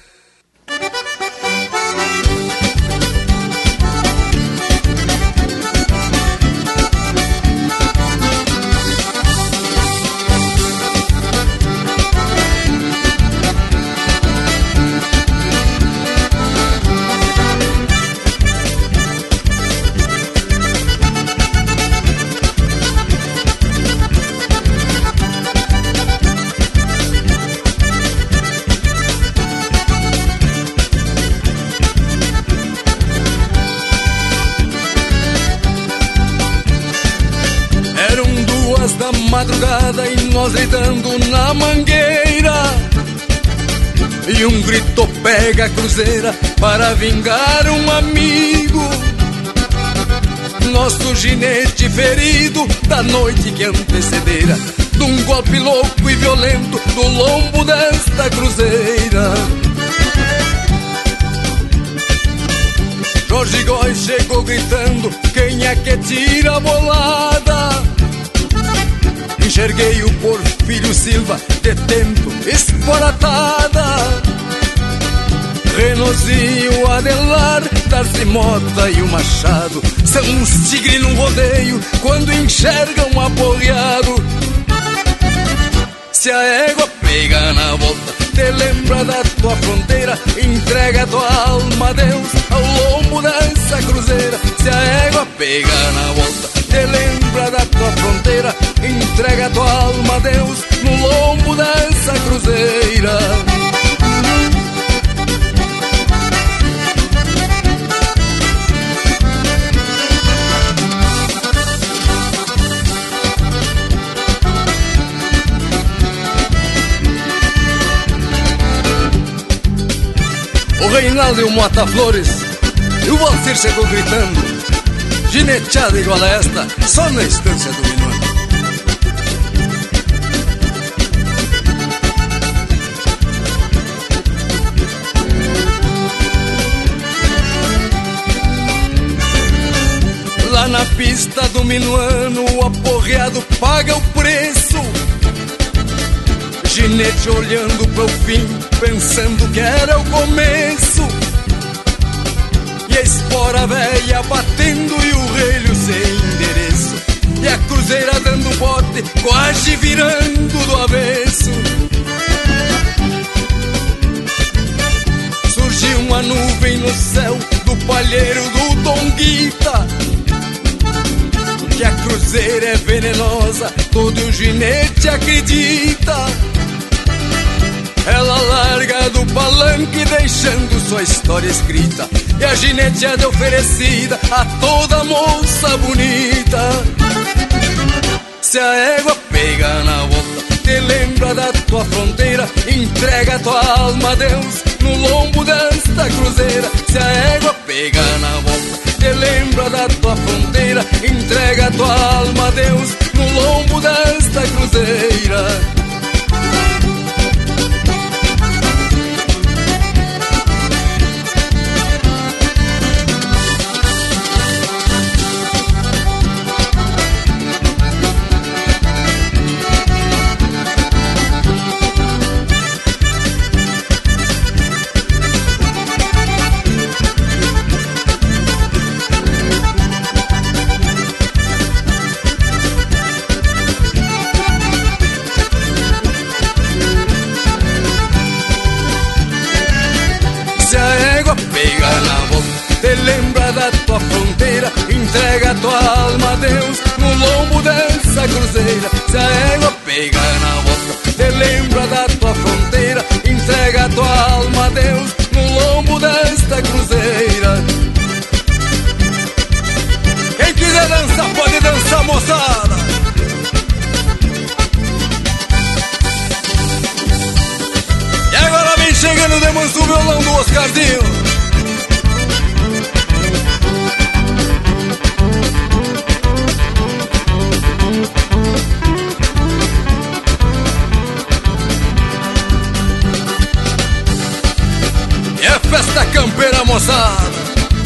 R: Madrugada e nós lidando na mangueira, e um grito pega a cruzeira para vingar um amigo, nosso ginete ferido da noite que antecedera de um golpe louco e violento do lombo desta cruzeira. Jorge Góes chegou gritando, quem é que tira a bolada? Enxerguei o Porfírio Silva detendo espolatada, Renozinho, Adelar, Darcy Mota e o Machado são uns tigres num rodeio quando enxergam aporreado. Se a égua pega na volta, te lembra da tua fronteira, entrega tua alma a Deus ao lombo dessa cruzeira. Se a égua pega na volta, te lembra da tua fronteira, entrega tua alma a Deus no lombo dessa cruzeira. O Reinaldo e o Mota Flores e o Valcir chegou gritando, gineteada igual a esta, só na estância do Minuano. Lá na pista do Minuano, o aporreado paga o preço, ginete olhando pro fim, pensando que era o começo, e a espora velha batendo e o relho sem endereço, e a cruzeira dando bote, quase virando do avesso. Surgiu uma nuvem no céu do palheiro do Tonguita, que a cruzeira é venenosa, todo ginete acredita. Ela larga do palanque deixando sua história escrita, e a gineteada é oferecida a toda moça bonita. Se a égua pega na volta, te lembra da tua fronteira, entrega tua alma a Deus no lombo desta cruzeira. Se a égua pega na volta, te lembra da tua fronteira, entrega tua alma a Deus no lombo desta cruzeira. e ganha na boca. Te lembra da tua fronteira, entrega a tua alma a Deus no lombo desta cruzeira. Quem quiser dançar pode dançar, moçada. E agora vem chegando de manso o violão do Oscarzinho. É festa campeira, moçada.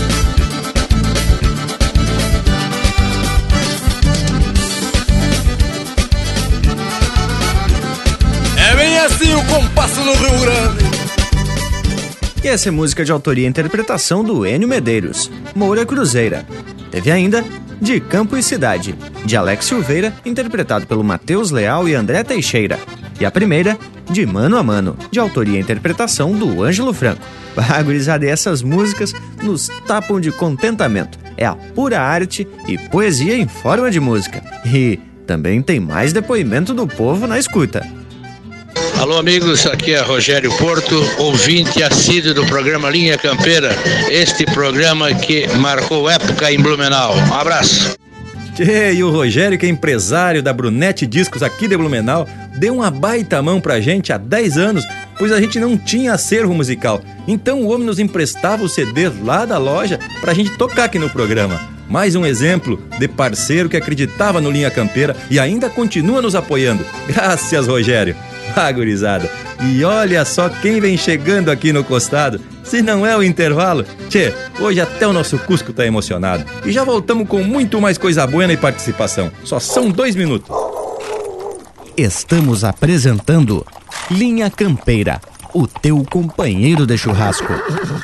R: É bem assim o compasso no Rio Grande.
B: E essa é música de autoria e interpretação do Enio Medeiros, Moura Cruzeira. Teve ainda De Campo e Cidade, de Alex Silveira, interpretado pelo Matheus Leal e André Teixeira. E a primeira, De Mano a Mano, de autoria e interpretação do Ângelo Franco. Ah, gurizada, essas músicas nos tapam de contentamento. É a pura arte e poesia em forma de música. E também tem mais depoimento do povo na escuta.
S: Alô amigos, aqui é Rogério Porto, ouvinte assíduo do programa Linha Campeira, este programa que marcou época em Blumenau. Um abraço.
A: Tchê, e o Rogério, que é empresário da Brunete Discos aqui de Blumenau, deu uma baita mão pra gente há dez anos, pois a gente não tinha acervo musical. Então o homem nos emprestava os C Ds lá da loja pra gente tocar aqui no programa. Mais um exemplo de parceiro que acreditava no Linha Campeira e ainda continua nos apoiando. Graças, Rogério. Ah, gurizada. E olha só quem vem chegando aqui no costado. Se não é o intervalo, tchê, hoje até o nosso Cusco tá emocionado. E já voltamos com muito mais coisa boa e participação. Só são dois minutos.
B: Estamos apresentando Linha Campeira, o teu companheiro de churrasco.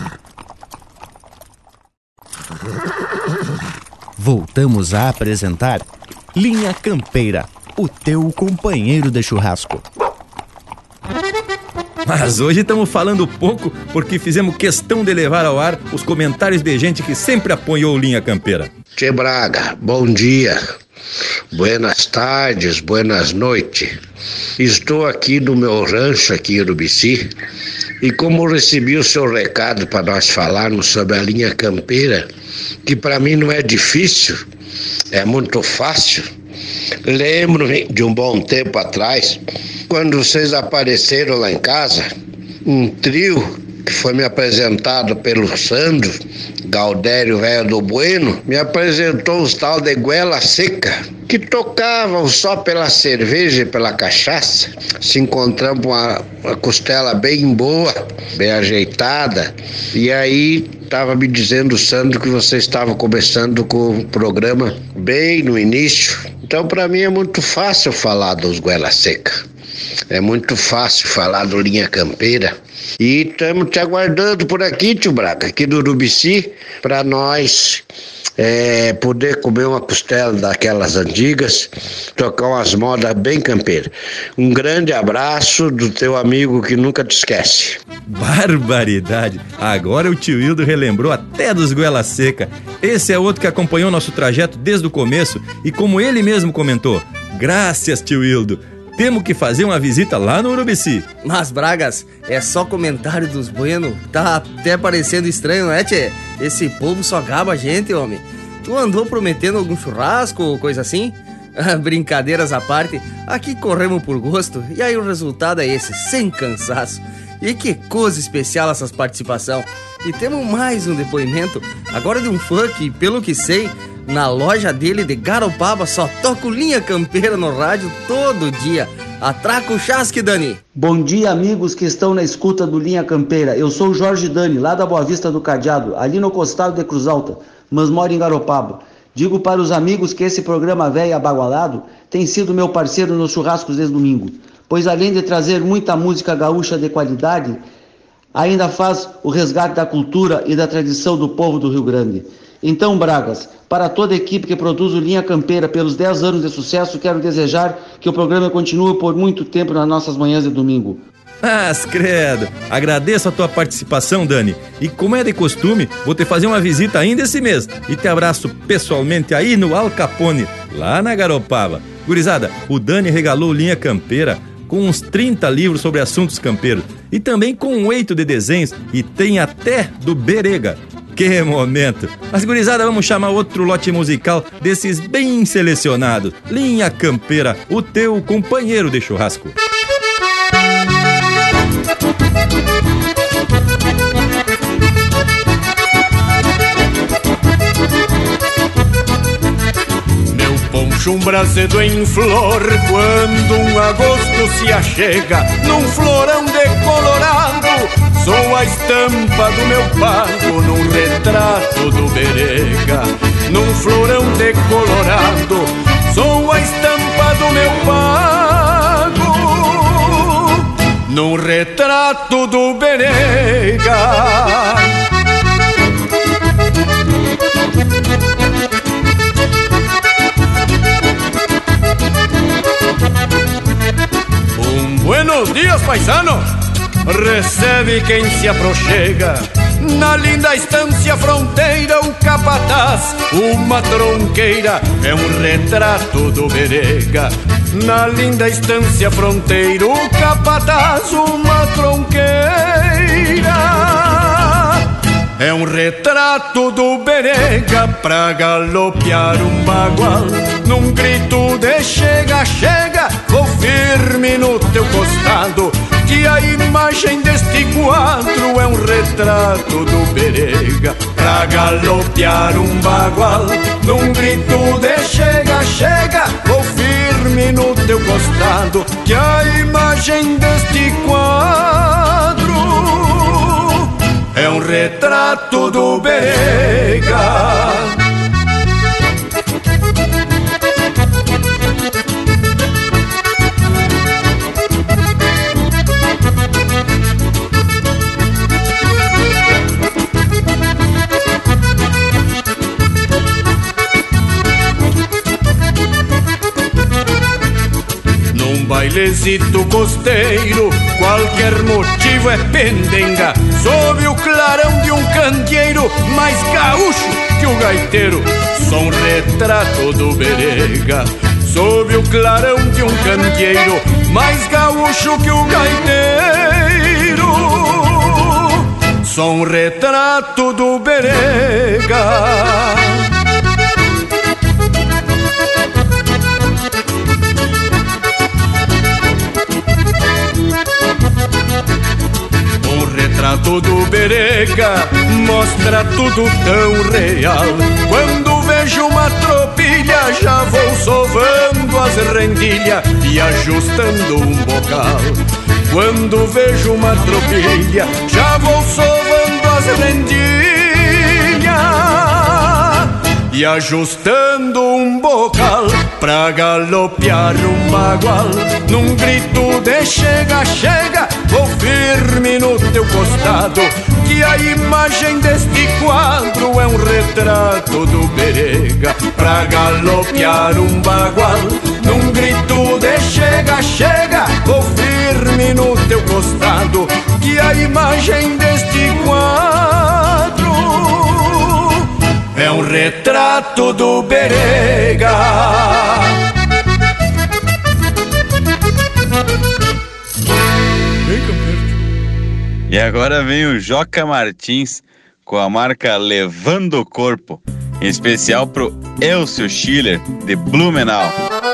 B: Voltamos a apresentar Linha Campeira, o teu companheiro de churrasco.
A: Mas hoje estamos falando pouco porque fizemos questão de levar ao ar os comentários de gente que sempre apoiou Linha Campeira.
T: Tchê Braga, bom dia, buenas tardes, buenas noites. Estou aqui no meu rancho aqui em Urubici e como recebi o seu recado para nós falarmos sobre a Linha Campeira, que para mim não é difícil, é muito fácil. Lembro-me de um bom tempo atrás, quando vocês apareceram lá em casa, um trio que foi me apresentado pelo Sandro, Galdério Velho do Bueno, me apresentou os tal de Goela Seca, que tocavam só pela cerveja e pela cachaça. Se encontramos uma, uma costela bem boa, bem ajeitada, e aí estava me dizendo o Sandro que você estava começando com o programa bem no início. Então para mim é muito fácil falar dos Goela Seca. É muito fácil falar do Linha Campeira. E estamos te aguardando por aqui, tio Braga, aqui do Urubici, para nós é, poder comer uma costela daquelas antigas, tocar umas modas bem campeiras. Um grande abraço do teu amigo que nunca te esquece.
A: Barbaridade! Agora o tio Hildo relembrou até dos Goela Seca. Esse é outro que acompanhou nosso trajeto desde o começo e como ele mesmo comentou, graças, tio Hildo. Temos que fazer uma visita lá no Urubici.
E: Mas, Bragas, é só comentário dos Bueno. Tá até parecendo estranho, não é, tchê? Esse povo só gaba a gente, homem. Tu andou prometendo algum churrasco ou coisa assim? Brincadeiras à parte, aqui corremos por gosto. E aí o resultado é esse, sem cansaço. E que coisa especial essas participação. E temos mais um depoimento, agora de um fã que, pelo que sei, na loja dele de Garopaba só toca Linha Campeira no rádio todo dia. Atraca o chasque, Dani.
U: Bom dia, amigos que estão na escuta do Linha Campeira. Eu sou o Jorge Dani, lá da Boa Vista do Cadeado, ali no costado de Cruz Alta, mas moro em Garopaba. Digo para os amigos que esse programa velho abagualado tem sido meu parceiro nos churrascos desde domingo, pois além de trazer muita música gaúcha de qualidade, ainda faz o resgate da cultura e da tradição do povo do Rio Grande. Então, Bragas, para toda a equipe que produz o Linha Campeira pelos dez anos de sucesso, quero desejar que o programa continue por muito tempo nas nossas manhãs de domingo.
A: Mas, credo, agradeço a tua participação, Dani. E como é de costume, vou te fazer uma visita ainda esse mês. E te abraço pessoalmente aí no Al Capone, lá na Garopaba. Gurizada, o Dani regalou Linha Campeira com uns trinta livros sobre assuntos campeiros e também com um eito de desenhos e tem até do Berega. Que momento! Mas, gurizada, vamos chamar outro lote musical desses bem selecionados. Linha Campeira, o teu companheiro de churrasco.
G: Poncho um brasedo em flor quando um agosto se achega num florão decolorado. Sou a estampa do meu pago num retrato do Berega. Num florão decolorado, sou a estampa do meu pago num retrato do Berega. Buenos dias, paisano! Recebe quem se aproxega. Na linda estância fronteira, o capataz, uma tronqueira, é um retrato do Berega. Na linda estância fronteira, o capataz, uma tronqueira, é um retrato do Berega. Pra galopear um bagual, num grito de chega, chega, vou firme no teu costado, que a imagem deste quadro é um retrato do Berega. Pra galopear um bagual, num grito de chega, chega, vou firme no teu costado, que a imagem deste quadro é um retrato do Berega. Bailezito costeiro, qualquer motivo é pendenga, sob o clarão de um candeeiro, mais gaúcho que o gaiteiro. Sou um retrato do Berega, sob o clarão de um candeeiro, mais gaúcho que o gaiteiro. Sou um retrato do Berega. O retrato do Berega mostra tudo tão real. Quando vejo uma tropilha, já vou sovando as rendilhas e ajustando um bocal. Quando vejo uma tropilha, já vou sovando as rendilhas e ajustando um bocal. Pra galopear um bagual, num grito de chega, chega, vou firme no teu costado, que a imagem deste quadro é um retrato do Berega. Pra galopear um bagual, num grito de chega, chega, vou firme no teu costado, que a imagem deste quadro é um retrato do Berega.
F: E agora vem o Joca Martins com a marca Levando o Corpo, em especial pro Elcio Schiller de Blumenau.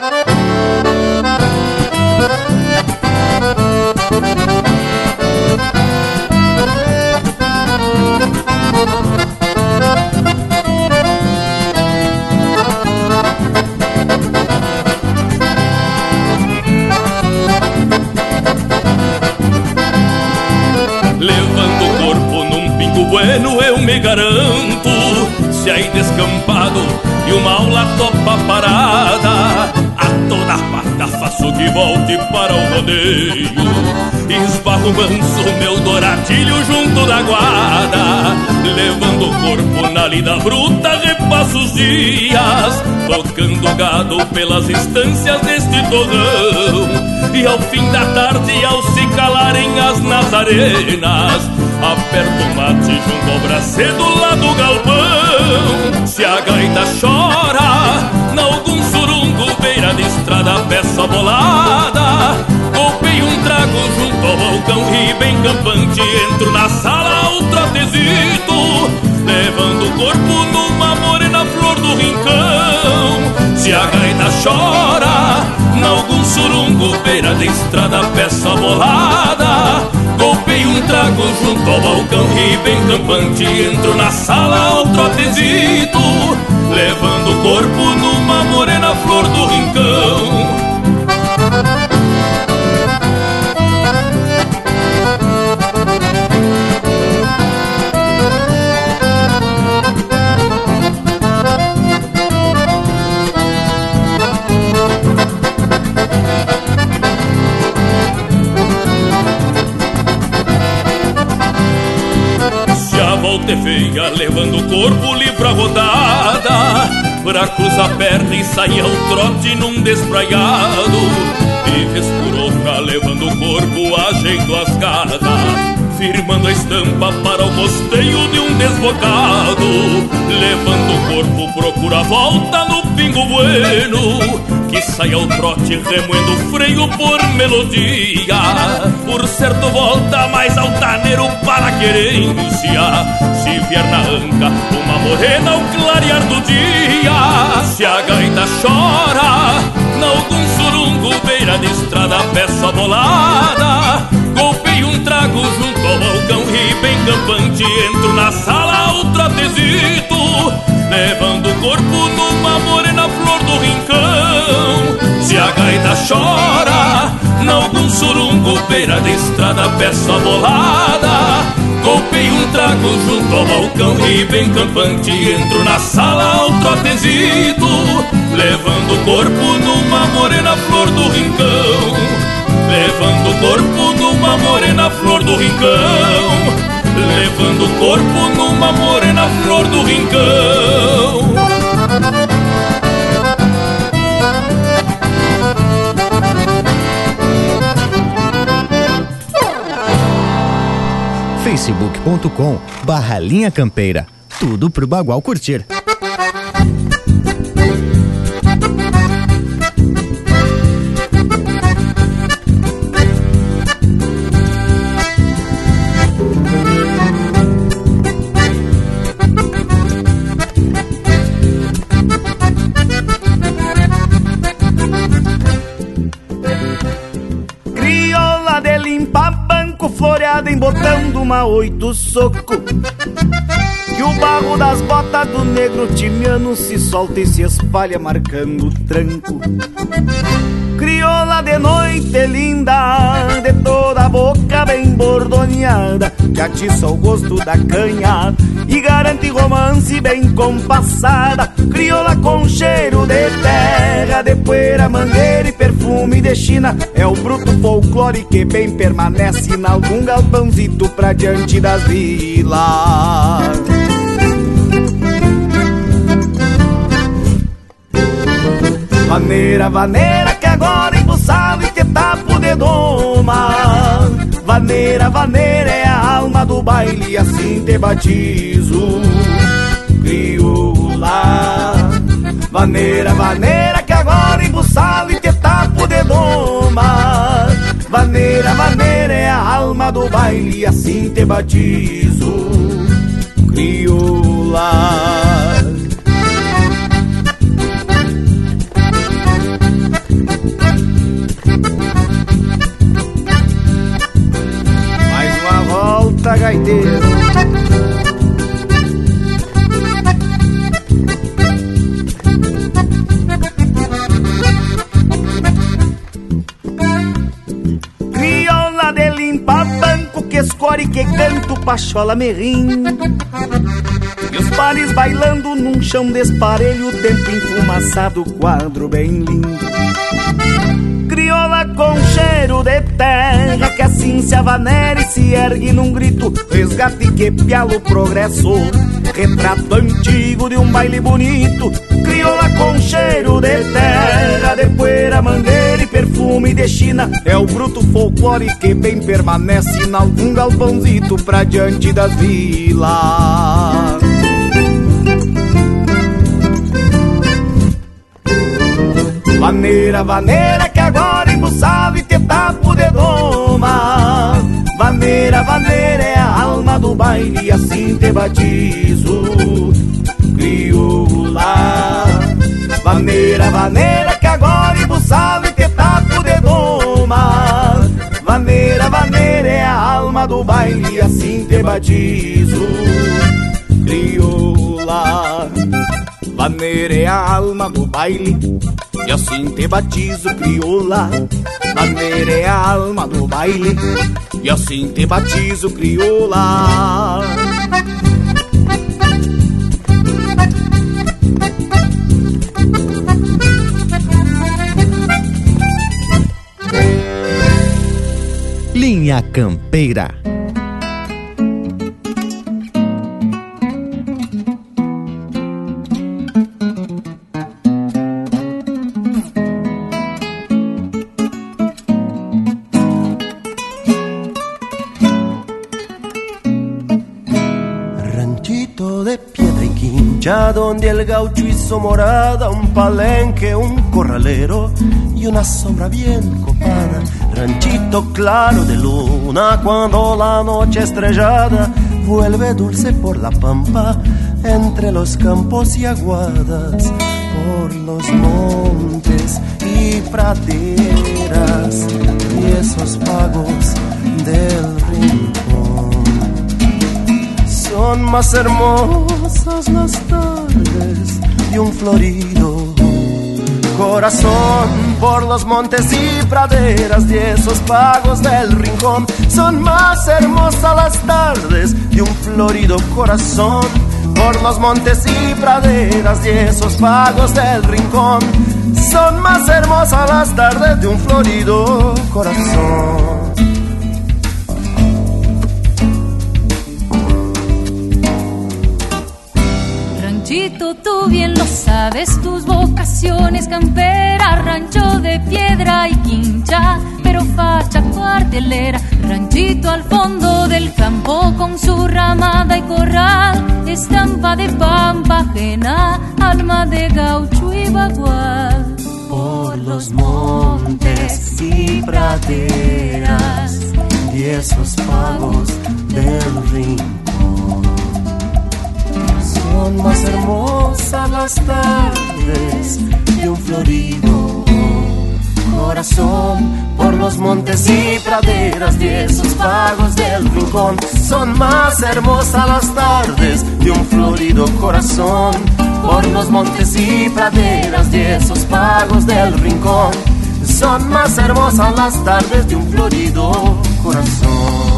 H: Levando o corpo num pingo bueno eu me garanto, se aí descampado e o mal lá topa parada, a toda pata faço que volte para o rodeio. Esbarro manso meu douradilho junto da guarda, levando o corpo na lida bruta repasso os dias, tocando gado pelas instâncias deste torrão. E ao fim da tarde, ao se calarem as nazarenas, aperto o mate junto ao bracedo lá do galpão. Se a gaita chora, nalgum surungo beira de estrada, peço a bolada. Golpei um trago junto ao balcão e bem campante entro na sala ao trotezito, levando o corpo numa morena flor do rincão. Se a gaita chora, nalgum surungo, beira de estrada, peço a bolada. Golpei um trago junto ao balcão e bem campante entro na sala ao trotezito, levando o corpo numa morena flor do rincão. Volta é feia, levando o corpo livre a rodada, pra cruzar a perna e sair ao trote num despraiado. E vez por outra, levando o corpo a jeito as garras, firmando a estampa para o costeio de um desbocado. Levando o corpo, procura a volta no pingo bueno, que sai ao trote remoendo o freio por melodia. Por certo volta mais altaneiro para querência, se vier na anca uma morena ao clarear do dia. Se a gaita chora, nalgum surungo, beira de estrada, peço a bolada. Golpei um trago junto ao balcão e bem campante entro na sala ao trotezito, levando o corpo numa morena flor do rincão. Se a gaita chora, nalgum surungo, beira de estrada, peço a bolada. Golpei um trago junto ao balcão e bem campante entro na sala ao trotezito, levando o corpo numa morena flor do rincão. Levando o corpo numa morena flor do rincão, levando o corpo numa morena flor do rincão.
B: facebook ponto com barra Linha Campeira. Tudo pro bagual curtir.
C: Embotando uma oito soco, que o barro das botas do negro timiano se solta e se espalha marcando o tranco. Crioula de noite linda, de toda a boca bem bordoneada, que atiça o gosto da canha e garante romance bem compassada. Crioula com cheiro de terra, de poeira, mangueira e perfume de China, é o bruto folclore que bem permanece em algum galpãozito pra diante das vilas. Vaneira, vaneira, que agora embuçado e te tapo de doma. Vaneira, vaneira, é a alma do baile e assim te batizo, crioula. Vaneira, vaneira, que agora embuçado e te tapo de doma. Vaneira, vaneira, é a alma do baile e assim te batizo, crioula. Volta, gaiteiro. Crioula de limpa banco, que escore, que canto, pachola me rindo, e os pares bailando num chão desparelho, tempo enfumaçado, quadro bem lindo. Crioula com cheiro de terra, que assim se avanera e se ergue num grito, resgate que piala o progresso, retrato antigo de um baile bonito. Crioula com cheiro de terra, de poeira, mangueira e perfume de China, é o bruto folclore que bem permanece em algum galpãozito pra diante das vilas. Vaneira, Vaneira, vaneira, que agora embuçado e te tapo de doma. Vaneira, vaneira, é a alma do baile e assim te batizo, crioula. Vaneira, vaneira, que agora embuçado e te tapo de doma. Vaneira, vaneira, é a alma do baile e assim te batizo, crioula. Vaneira é a alma do baile e assim te batizo, crioula. Vaneira é a alma do baile e assim te batizo, crioula.
B: Linha Campeira.
D: Donde el gaucho hizo morada, un palenque, un corralero y una sombra bien copada. Ranchito claro de luna cuando la noche estrellada vuelve dulce por la pampa, entre los campos y aguadas, por los montes y praderas y esos pagos del rincón. Son más hermosas las tardes de un florido corazón, por los montes y praderas de esos pagos del rincón. Son más hermosas las tardes de un florido corazón, por los montes y praderas de esos pagos del rincón. Son más hermosas las tardes de un florido corazón.
M: Ranchito, tú bien lo sabes, tus vocaciones campera, rancho de piedra y quincha, pero facha cuartelera. Ranchito al fondo del campo con su ramada y corral, estampa de pampa ajena, alma de gaucho y bagual.
D: Por los montes y praderas y esos pagos del rincón, son más hermosas las tardes de un florido corazón, por los montes y praderas de esos pagos del rincón. Son más hermosas las tardes de un florido corazón, por los montes y praderas de esos pagos del rincón. Son más hermosas las tardes de un florido corazón.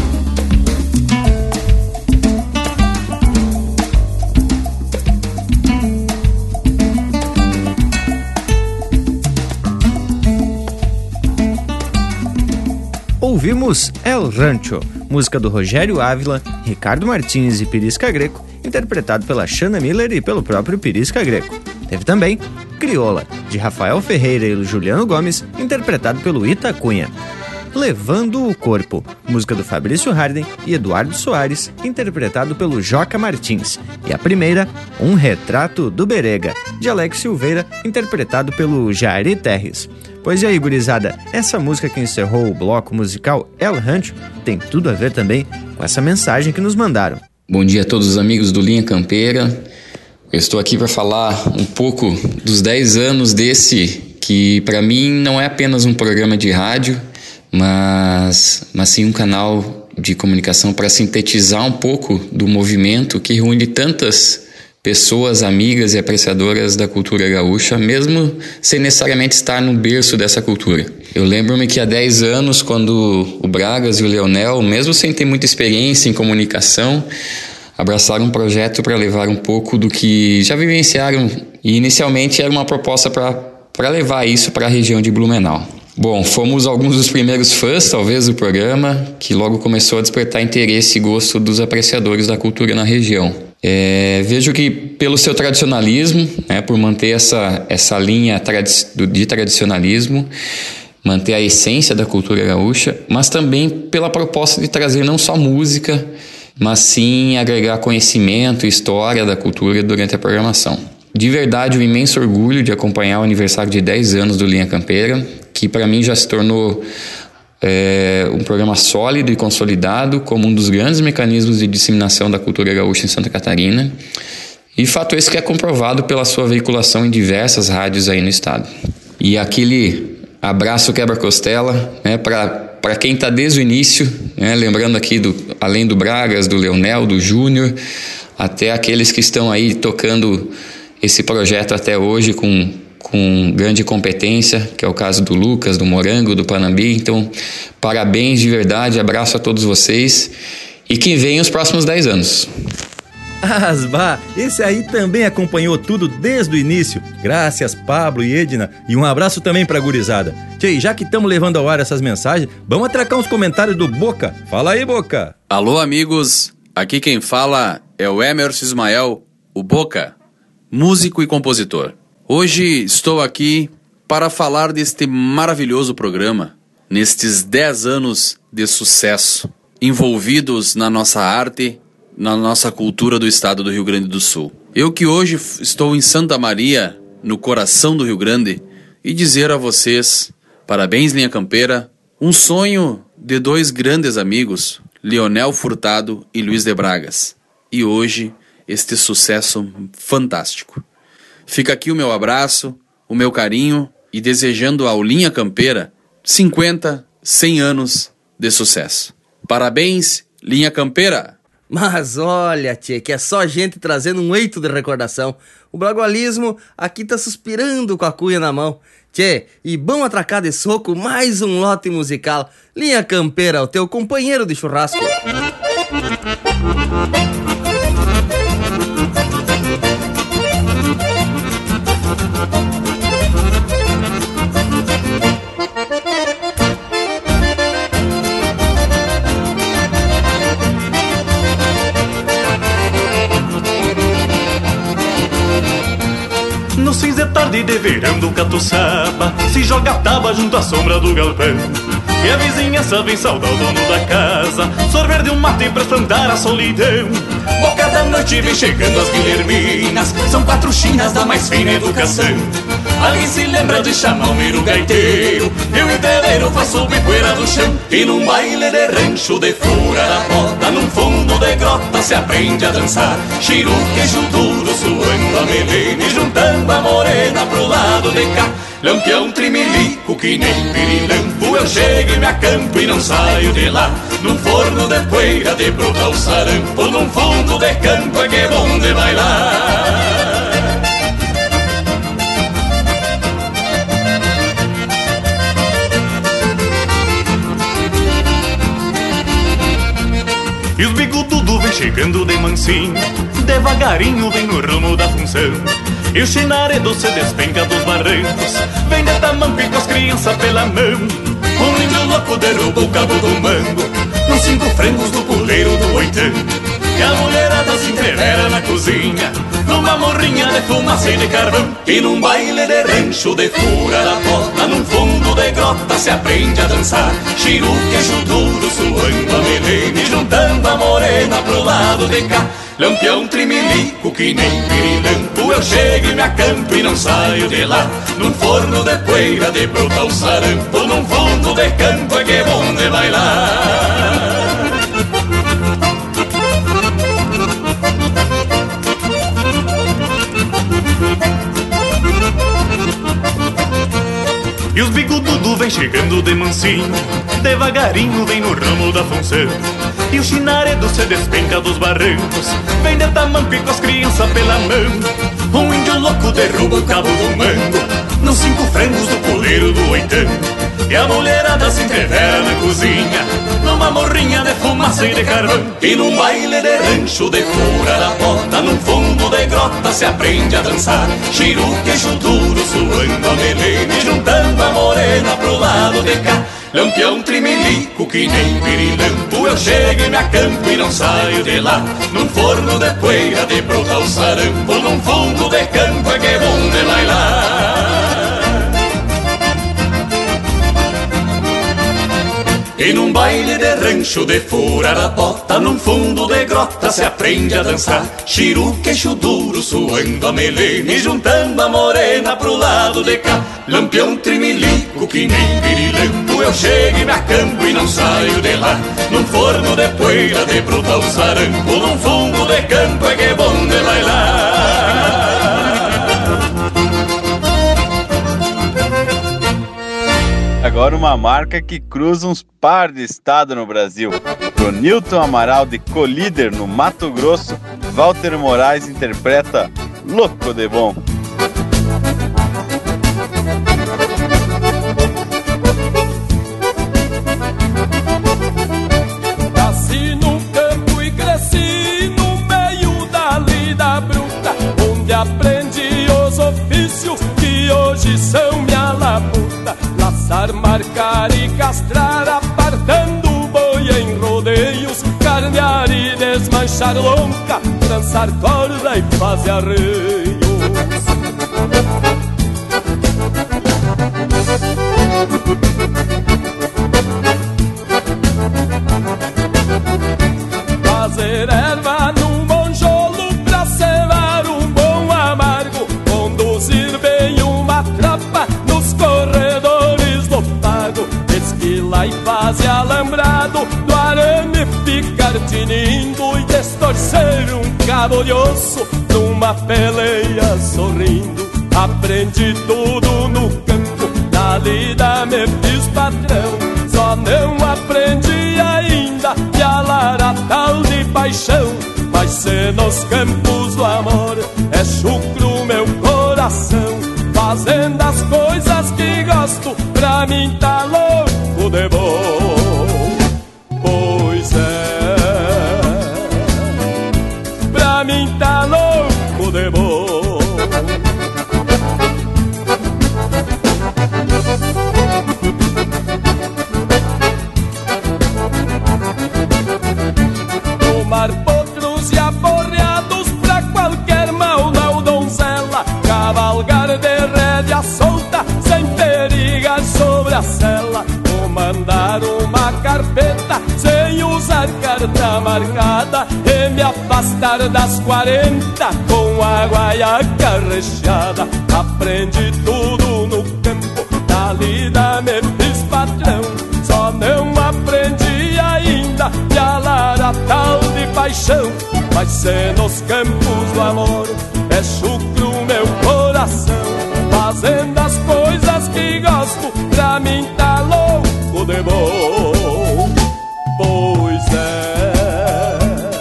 B: Ouvimos El Rancho, música do Rogério Ávila, Ricardo Martins e Pirisca Greco, interpretado pela Xana Miller e pelo próprio Pirisca Greco. Teve também Crioula, de Rafael Ferreira e Juliano Gomes, interpretado pelo Ita Cunha. Levando o Corpo, música do Fabrício Harden e Eduardo Soares, interpretado pelo Joca Martins. E a primeira, Um Retrato do Berega, de Alex Silveira, interpretado pelo Jairi Terres. Pois e aí, gurizada, essa música que encerrou o bloco musical El Rancho tem tudo a ver também com essa mensagem que nos mandaram.
V: Bom dia a todos os amigos do Linha Campeira. Eu estou aqui para falar um pouco dos dez anos desse, que para mim não é apenas um programa de rádio, mas, mas sim um canal de comunicação para sintetizar um pouco do movimento que reúne tantas pessoas, amigas e apreciadoras da cultura gaúcha, mesmo sem necessariamente estar no berço dessa cultura. Eu lembro-me que há dez anos, quando o Bragas e o Leonel, mesmo sem ter muita experiência em comunicação, abraçaram um projeto para levar um pouco do que já vivenciaram, e inicialmente era uma proposta para levar isso para a região de Blumenau. Bom, fomos alguns dos primeiros fãs, talvez, do programa, que logo começou a despertar interesse e gosto dos apreciadores da cultura na região. É, vejo que pelo seu tradicionalismo, né, por manter essa, essa linha tradi- de tradicionalismo, manter a essência da cultura gaúcha, mas também pela proposta de trazer não só música, mas sim agregar conhecimento e história da cultura durante a programação. de verdade um imenso orgulho de acompanhar o aniversário de dez anos do Linha Campeira, que para mim já se tornou é, um programa sólido e consolidado como um dos grandes mecanismos de disseminação da cultura gaúcha em Santa Catarina. E fato esse que é comprovado pela sua veiculação em diversas rádios aí no estado. E aquele abraço quebra-costela, né, para quem está desde o início, né, lembrando aqui, do, além do Bragas, do Leonel, do Júnior, até aqueles que estão aí tocando esse projeto até hoje com, com grande competência, que é o caso do Lucas, do Morango, do Panambi. Então, parabéns de verdade, abraço a todos vocês e que venham os próximos dez anos.
A: Asbá, esse aí também acompanhou tudo desde o início. Graças, Pablo e Edna. E um abraço também pra gurizada. Tchê, já que estamos levando ao ar essas mensagens, vamos atracar uns comentários do Boca. Fala aí, Boca.
I: Alô, amigos. Aqui quem fala é o Emerson Ismael, o Boca, músico e compositor. Hoje estou aqui para falar deste maravilhoso programa, nestes dez anos de sucesso, envolvidos na nossa arte, na nossa cultura do estado do Rio Grande do Sul. Eu que hoje estou em Santa Maria, no coração do Rio Grande, e dizer a vocês, parabéns Linha Campeira, um sonho de dois grandes amigos, Leonel Furtado e Luiz de Bragas. E hoje, este sucesso fantástico. Fica aqui o meu abraço, o meu carinho e desejando ao Linha Campeira cinquenta, cem anos de sucesso. Parabéns, Linha Campeira!
E: Mas olha, tchê, que é só gente trazendo um eito de recordação. O bragualismo aqui tá suspirando com a cuia na mão. Tchê, e bom atracar de soco, mais um lote musical. Linha Campeira, o teu companheiro de churrasco.
K: No cinza tarde de verão do catuçaba se joga a taba junto à sombra do galpão. E a vizinhança vem saudar o dono da casa, sorver de um mate pra espantar a solidão. Boca da noite vem chegando as guilherminas, são quatro chinas da mais fina educação. Alguém se lembra de chamar o miro gaiteiro, e o enteleiro faz subir poeira do chão. E num baile de rancho de fura da bota, num fundo de grota se aprende a dançar. Chiru, queijo duro, suando a melena e juntando a morena pro lado de cá. Lampião trimilico que nem pirilampo, eu chego e me acampo e não saio de lá. Num forno de poeira de brotar o sarampo, num fundo de campo é que é bom de bailar. E os bigodudos vem chegando de mansinho, devagarinho vem no rumo da função. E o chinaredo se despenca dos barrancos, vem de tamanco com as crianças pela mão. Um índio louco derruba o cabo do mango, nos cinco frangos do puleiro do oitão. E a mulherada se entrevera na cozinha, numa morrinha de fumaça e de carvão. E num baile de rancho de fura da bota, num fundo de grota se aprende a dançar. Chiru, queijo duro, suando a melena e juntando a morena pro lado de cá. Lampião trimilico que nem pirilampo, eu chego e me acampo e não saio de lá. Num forno de poeira de brotar o sarampo, num fundo de campo é que é bom de bailar. E os bigodudos vem chegando de mansinho, devagarinho vem no ramo da função. E o chinaredo se despenca dos barrancos, vem de tamanco e com as crianças pela mão. Um índio louco derruba o cabo do mango, nos cinco frangos do puleiro do oitão. E a mulherada se entrevera na cozinha, numa morrinha de fumaça e de carvão. E num baile de rancho de fura da bota, num fundo de grota se aprende a dançar. Chiru, queijo duro, suando a melena e juntando a morena pro lado de cá. Lampião trimilico que nem pirilampo, eu chego e me acampo e não saio de lá. Num forno de poeira de brotar o sarampo, num fundo de campo é que é bom de bailar.
H: E num baile de rancho de furar a bota, num fundo de grota se aprende a dançar. Chiru, queixo duro, suando a melena e juntando a morena pro lado de cá. Lampião trimilico que nem virilampo, eu chego e me acampo e não saio de lá. Num forno de poeira de brutal sarampo, num fundo de campo é que é bom de bailar.
F: Agora uma marca que cruza uns par de estados no Brasil. Pro Nilton Amaral de Colíder, no Mato Grosso, Walter Moraes interpreta Louco de Bom.
H: Nasci num campo e cresci no meio da lida bruta, onde aprendi os ofícios que hoje são minha labuta. Laçar, marcar e castrar, apartando boi em rodeios, carnear e desmanchar lonca, trançar corda e fazer arreios. Fazer erva num monjolo pra cevar um bom amargo, conduzir bem uma tropa nos corredores do pago, esquilar e fazer alambrado do arame, ficar tinindo e distorcer um cabo de osso numa peleia sorrindo. Aprendi tudo no campo, na lida me fiz patrão, só não aprendi ainda de alar a tal de paixão. Mas se nos campos do amor é chucro meu coração, fazendo as coisas que gosto, pra mim tá louco de bom. Pois é, pra mim tá louco de bom. Tomar potros e aporreados pra qualquer mal não donzela, cavalgar de rédea solta sem perigar sobre a sela, comandar uma carpeta sem usar carta marcada e me afastar das quarenta com a guaiaca recheada. Aprendi tudo no campo, na lida me fiz patrão, só não aprendi ainda de alar a tal de paixão. Mas se nos campos do amor é chucro meu coração, fazendo as coisas que gosto, pra mim tá louco de bom. Pois é,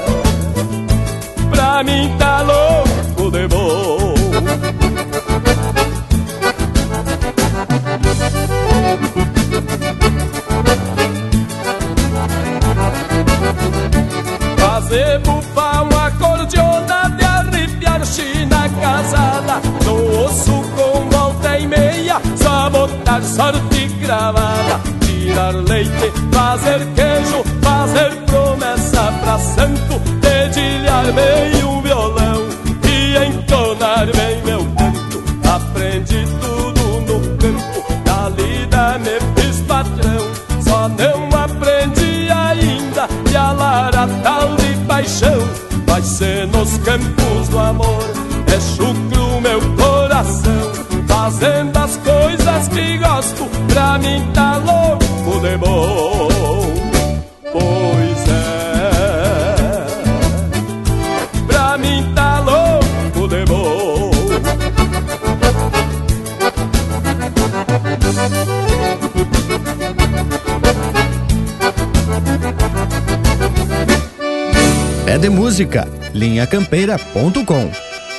H: pra mim tá louco de bom. Fazer bufar uma cordiona de arrepiar china casada, no osso com volta e meia, só botar sorte cravada. Tirar leite, fazer queijo, fazer promessa pra santo, dedilhar bem um violão e entonar bem meu canto. Aprendi tudo no campo, na lida me fiz patrão, só não aprendi ainda de alar a tal de paixão. Mas se nos campos do amor é chucro meu coração, fazendo as coisas que gosto, pra mim tá louco de bom. Pois é, pra mim tá louco de bom.
B: Pede música, linha campeira ponto com.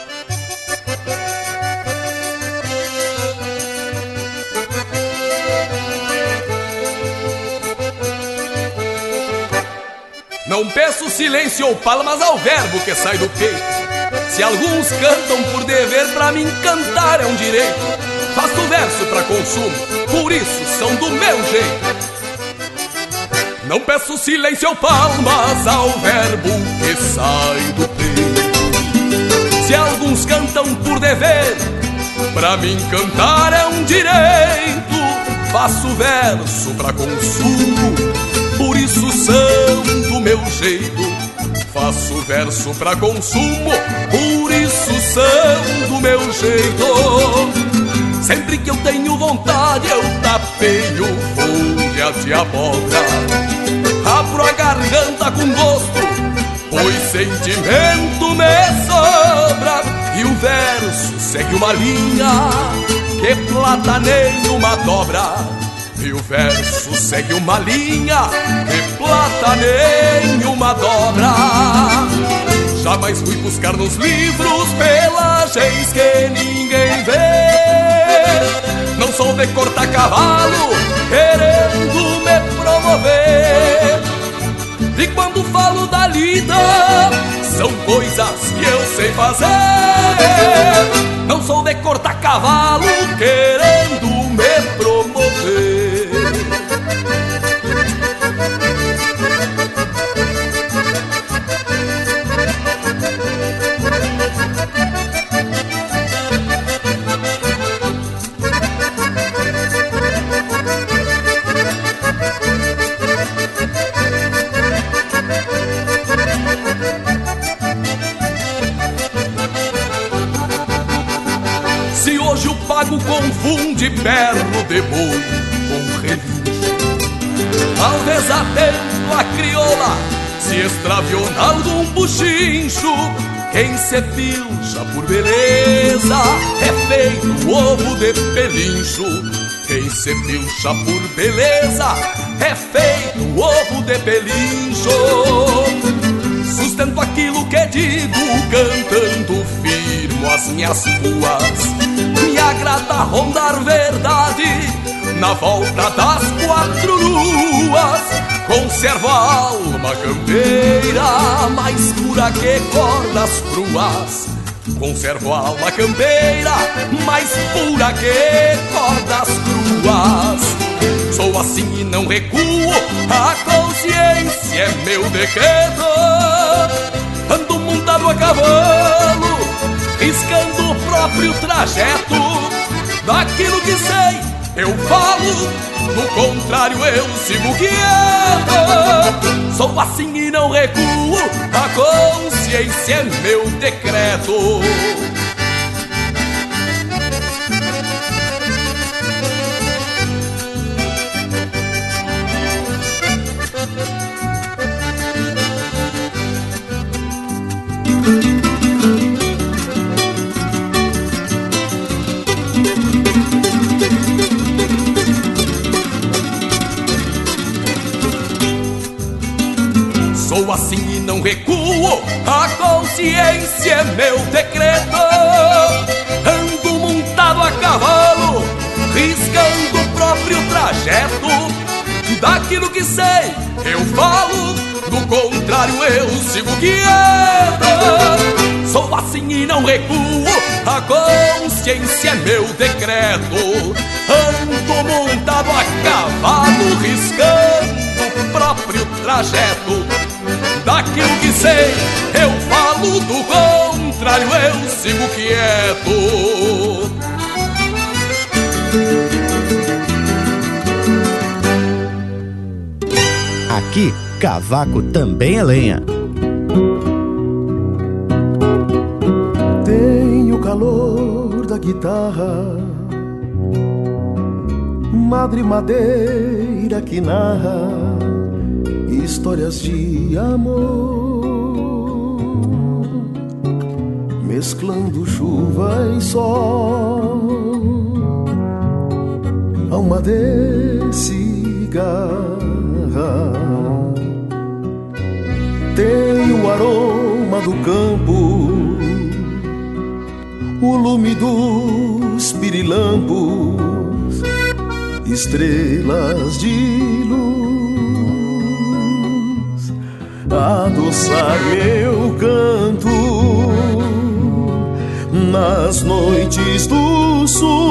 H: Não peço silêncio ou palmas ao verbo que sai do peito. Se alguns cantam por dever, pra mim cantar é um direito. Faço verso pra consumo, por isso são do meu jeito. Não peço silêncio ou palmas ao verbo que sai do peito. Se alguns cantam por dever, pra mim cantar é um direito. Faço verso pra consumo, isso são do meu jeito, faço verso pra consumo, por isso são do meu jeito. Sempre que eu tenho vontade eu tapeio folha de abóbora, abro a garganta com gosto, pois sentimento me sobra. E o verso segue uma linha que plata nenhuma dobra. E o verso segue uma linha que plata nenhuma dobra. Jamais fui buscar nos livros pelagens que ninguém vê. Não sou de cortar cavalo querendo me promover. E quando falo da lida, são coisas que eu sei fazer. Não sou de cortar cavalo querendo me promover. Confunde perno de boi com relincho. Talvez atento a crioula se extraviou em algum buchincho. Quem se pilcha por beleza é feito ovo de pelincho. Quem se pilcha por beleza é feito ovo de pelincho. Sustento aquilo que digo cantando firmo as minhas ruas. Me agrada rondar verdade na volta das quatro luas. Conservo a alma campeira mais pura que cordas cruas. Conservo a alma campeira mais pura que cordas cruas. Sou assim e não recuo, a consciência é meu decreto. Ando montado a cavalo, riscando o próprio trajeto. Daquilo que sei eu falo, do contrário eu sigo quieto. Sou assim e não recuo, a consciência é meu decreto. Sou assim e não recuo, a consciência é meu decreto. Ando montado a cavalo, riscando o próprio trajeto. Daquilo que sei eu falo, do contrário eu sigo quieto. Sou assim e não recuo, a consciência é meu decreto. Ando montado a cavalo, riscando o próprio trajeto. Daquilo que sei eu falo, do contrário eu sigo quieto.
B: Aqui, cavaco também é lenha.
D: Tem o calor da guitarra, madre madeira que narra histórias de amor, mesclando chuva e sol, alma de cigarra. Tem o aroma do campo, o lume dos pirilampos, estrelas de luz, adoçar meu canto nas noites do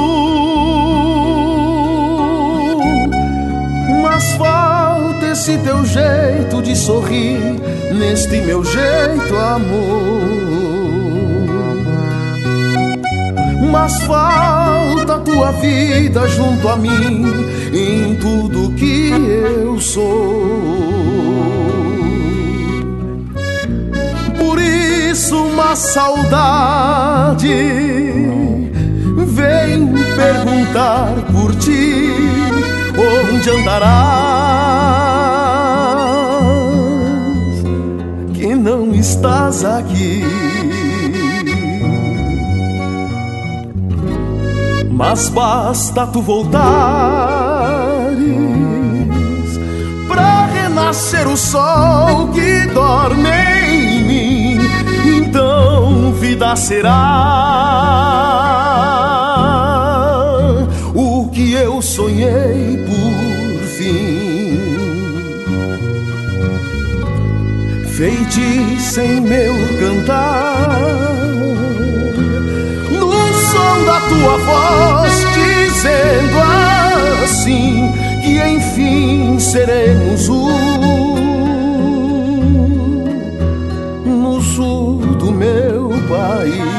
D: sul. Mas falta esse teu jeito de sorrir neste meu jeito, amor. Mas falta a tua vida junto a mim em tudo que eu sou. isso uma saudade vem perguntar por ti, onde andarás, que não estás aqui. Mas basta tu voltares pra renascer o sol que dorme em mim, então vida será o que eu sonhei por fim. Feitiça em meu cantar, no som da tua voz, dizendo assim que enfim seremos um no sul do meu país.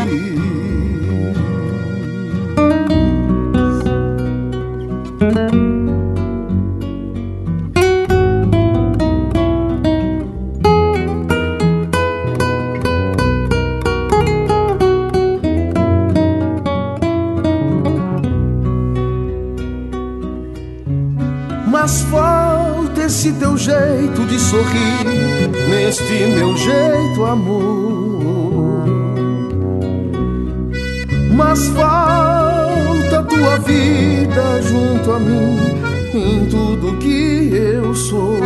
D: Mas falta esse teu jeito de sorrir, neste meu jeito, amor. Mas falta tua vida junto a mim, em tudo que eu sou.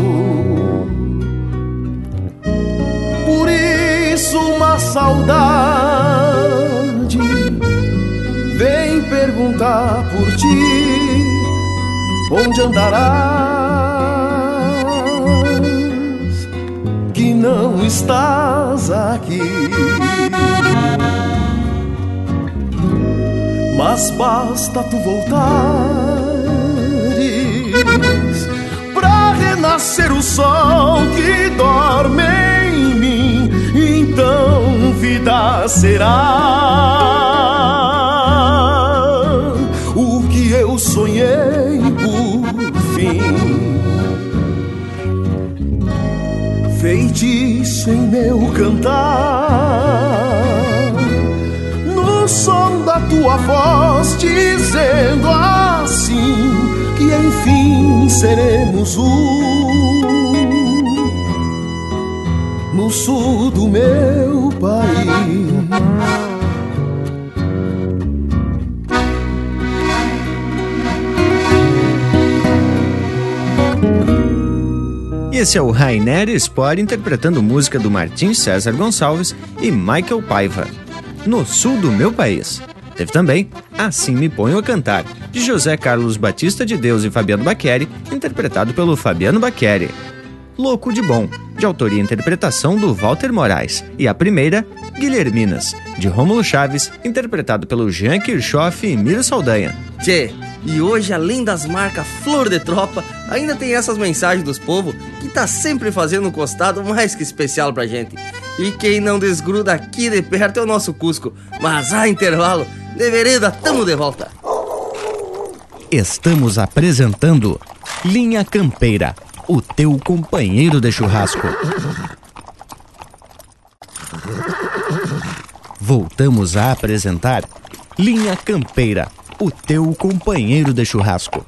D: Por isso uma saudade vem perguntar por ti, onde andarás, que não estás aqui. Mas basta tu voltares pra renascer o sol que dorme em mim, então vida será o que eu sonhei por fim. Feitiço em meu cantar, no som da tua voz, dizendo assim que enfim seremos um no sul do meu país.
B: Esse é o Rainer Spor interpretando música do Martim César Gonçalves e Michael Paiva, No Sul do Meu País. Teve também Assim Me Ponho a Cantar, de José Carlos Batista de Deus e Fabiano Bacchieri, interpretado pelo Fabiano Bacchieri. Louco de Bom, de autoria e interpretação do Walter Moraes. E a primeira, Guilherminas, de Rômulo Chaves, interpretado pelo Jean Kirchhoff e Miro Saldanha.
E: Tchê, e hoje, além das marcas Flor de Tropa, ainda tem essas mensagens dos povos que tá sempre fazendo um costado mais que especial pra gente. E quem não desgruda aqui de perto é o nosso Cusco. Mas a intervalo, de vereda, tamo de volta.
B: Estamos apresentando Linha Campeira, o teu companheiro de churrasco. Voltamos a apresentar Linha Campeira, o teu companheiro de churrasco.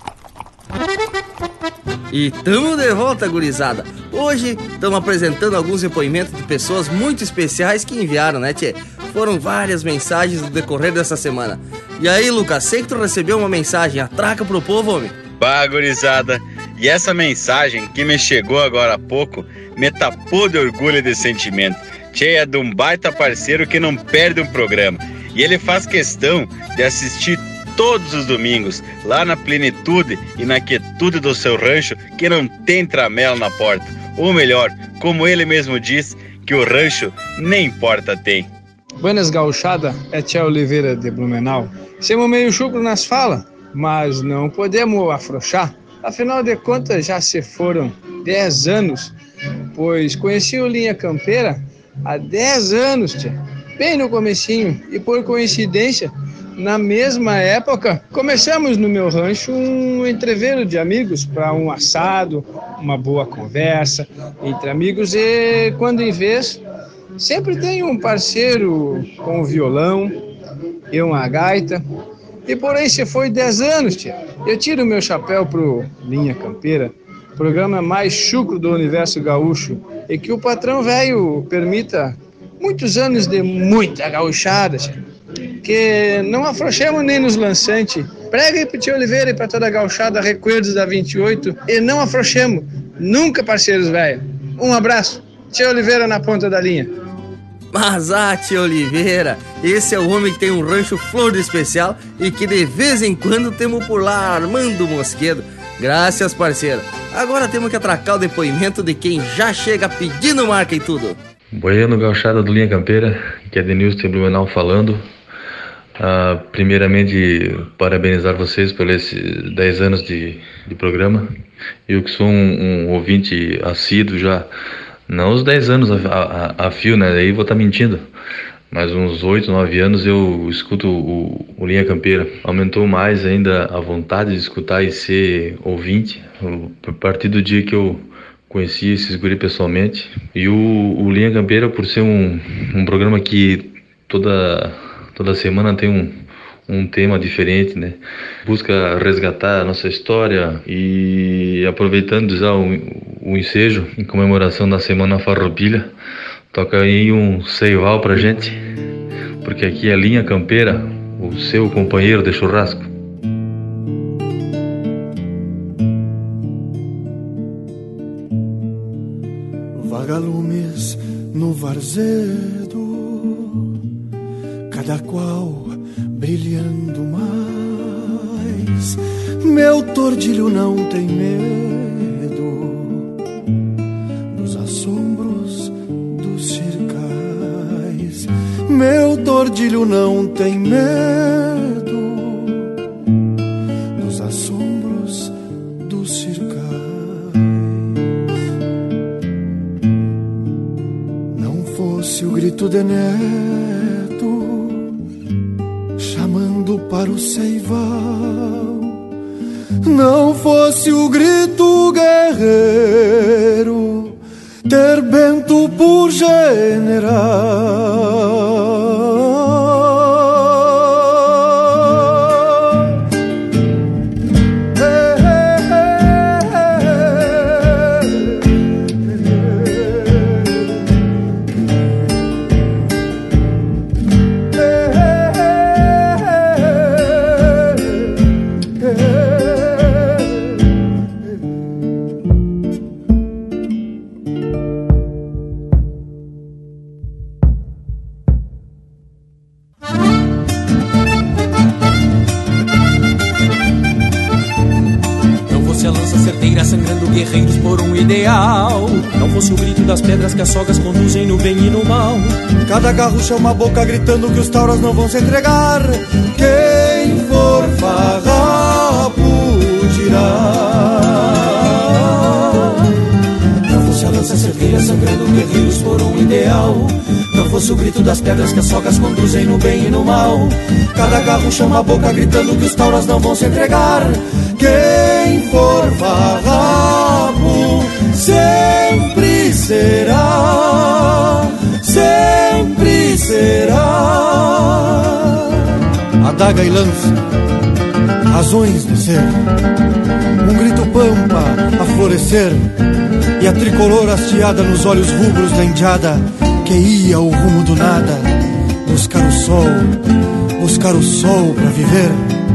E: E tamo de volta, gurizada. Hoje estamos apresentando alguns depoimentos de pessoas muito especiais que enviaram, né, tchê? Foram várias mensagens no decorrer dessa semana. E aí, Lucas, sei que tu recebeu uma mensagem, atraca pro povo, homem.
F: Bah, gurizada, e essa mensagem que me chegou agora há pouco me tapou de orgulho e de sentimento. Tchê, é de um baita parceiro que não perde um programa. E ele faz questão de assistir todos os domingos, lá na plenitude e na quietude do seu rancho, que não tem tramela na porta. Ou melhor, como ele mesmo diz, que o rancho nem porta tem.
J: Buenas gauchada, é Tia Oliveira de Blumenau. Somos meio chucro nas falas, mas não podemos afrouxar. Afinal de contas, já se foram dez anos, pois conheci o Linha Campeira há dez anos, tia, bem no comecinho, e por coincidência, na mesma época, começamos no meu rancho um entreveiro de amigos para um assado, uma boa conversa entre amigos, e quando em vez sempre tem um parceiro com o violão e uma gaita. E por aí se foi dez anos, tia. Eu tiro meu chapéu pro Linha Campeira, programa mais chucro do universo gaúcho, e que o patrão velho permita muitos anos de muita gauchada, tia. Que não afrouxemos nem nos lançantes. Prega aí pro tio Oliveira e pra toda a gauchada recuerdos da vinte e oito e não afrouxemos. Nunca, parceiros velho. Um abraço. Tio Oliveira na ponta da linha.
E: Mas ah, tio Oliveira, esse é o homem que tem um rancho flor do especial e que de vez em quando temos por lá Armando Mosquedo. Graças, parceiro. Agora temos que atracar o depoimento de quem já chega pedindo marca e tudo.
L: Bueno, gauchada do Linha Campeira, que é Denilson de Blumenau falando. Uh, primeiramente, parabenizar vocês por esses dez anos de, de programa. Eu que sou um, um ouvinte assíduo já, não os dez anos a, a, a fio, né? Daí vou estar tá mentindo. Mas uns oito, nove anos eu escuto o, o Linha Campeira. Aumentou mais ainda a vontade de escutar e ser ouvinte. A partir do dia que eu conheci esses guri pessoalmente. E o, o Linha Campeira, por ser um, um programa que toda... Toda semana tem um, um tema diferente, né? Busca resgatar a nossa história e aproveitando já o, o ensejo em comemoração da Semana Farroupilha, toca aí um seival pra gente, porque aqui é Linha Campeira, o seu companheiro de churrasco.
N: Vagalumes no varzedo, cada qual brilhando mais. Meu tordilho não tem medo dos assombros dos circais. Meu tordilho não tem medo dos assombros dos circais. Não fosse o grito de neto chamando para o seival, não fosse o grito guerreiro ter bento por general.
W: Guerreiros por um ideal, não fosse o grito das pedras que as sogas conduzem no bem e no mal.
N: Cada garro chama a boca gritando que os tauras não vão se entregar. Quem for farrapo dirá.
W: Não fosse a lança certeira sangrando guerreiros por um ideal, não fosse o grito das pedras que as sogas conduzem no bem e no mal.
N: Cada garro chama a boca gritando que os tauras não vão se entregar. Quem for farrapo sempre será, sempre será. Adaga e lança, razões de ser, um grito pampa a florescer, e a tricolor hasteada nos olhos rubros da indiada que ia ao rumo do nada, buscar o sol, buscar o sol pra viver.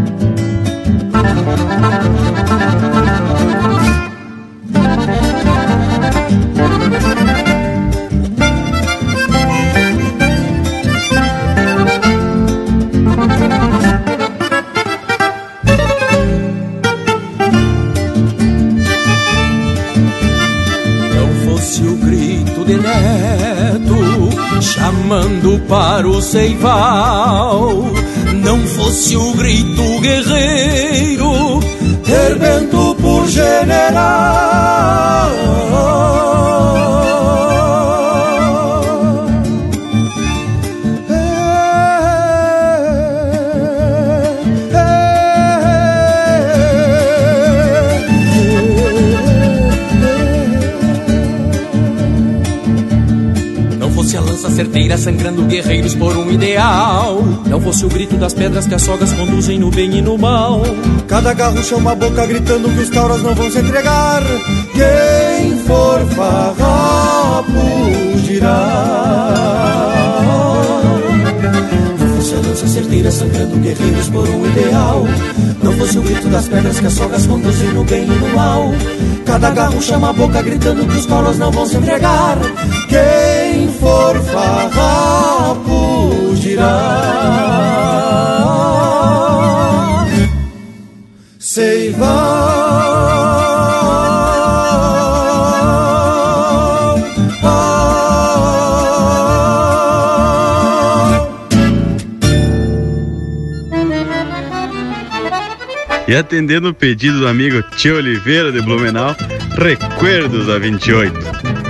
W: Chamando para o seival, não fosse o grito guerreiro
N: ter bento por general.
H: certeira sangrando guerreiros por um ideal. Não fosse o grito das pedras que as sogas conduzem no bem e no mal.
N: Cada garro chama a boca gritando que os tauros não vão se entregar. Quem for farrapo dirá.
W: A lança certeira sangrando guerreiros por um ideal. Não fosse o grito das pedras que as sogas conduzem no bem e no mal. Cada garro chama a boca gritando que os toros não vão se entregar.
N: Quem for farrapo dirá. Seiva
F: E atendendo o pedido do amigo Tio Oliveira de Blumenau, Recuerdos a vinte e oito.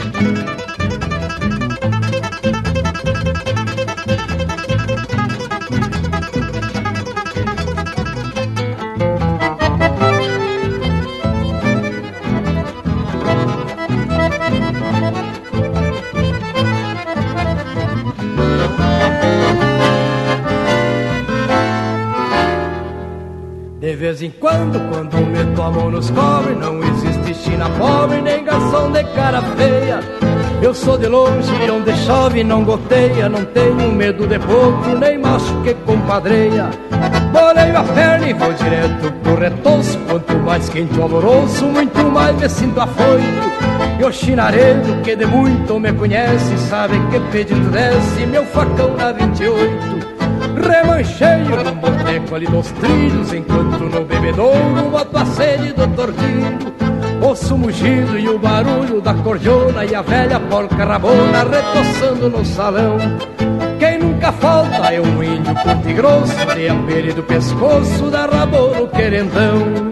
O: De vez em quando, quando me tomam nos cobre, não existe china pobre, nem garçom de cara feia. Eu sou de longe, onde chove não goteia, não tenho medo de potro, nem macho que compadreia. Boleio a perna e vou direto pro retoço, quanto mais quente o alvoroço, muito mais me sinto afoito. E o chinaredo que de muito me conhece, sabe que pedindo desce meu facão na vinte e oito. Remancheio no boteco ali dos trilhos, enquanto no bebedouro boto a sede do tordilho. Ouço o mugido e o barulho da cordiona e a velha porca rabona retoçando no salão. Quem nunca falta é um índio curto e grosso, de a pele do pescoço, da rabona o querendão.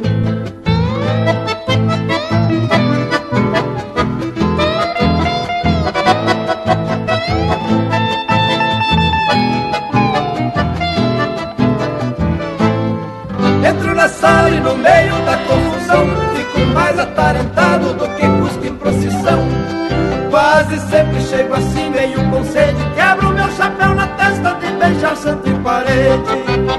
O: E no meio da confusão fico mais atarantado do que cuspe em procissão. Quase sempre chego assim meio com sede, quebro meu chapéu na testa de beijar santo e parede.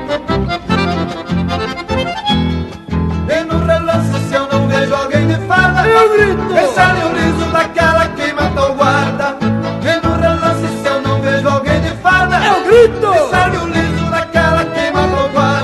O: E no relance se eu não vejo alguém de farda, eu grito, pensando o riso daquela que matou o guarda. E no relance se eu não vejo alguém de farda, eu grito, pensando o riso daquela que matou o guarda.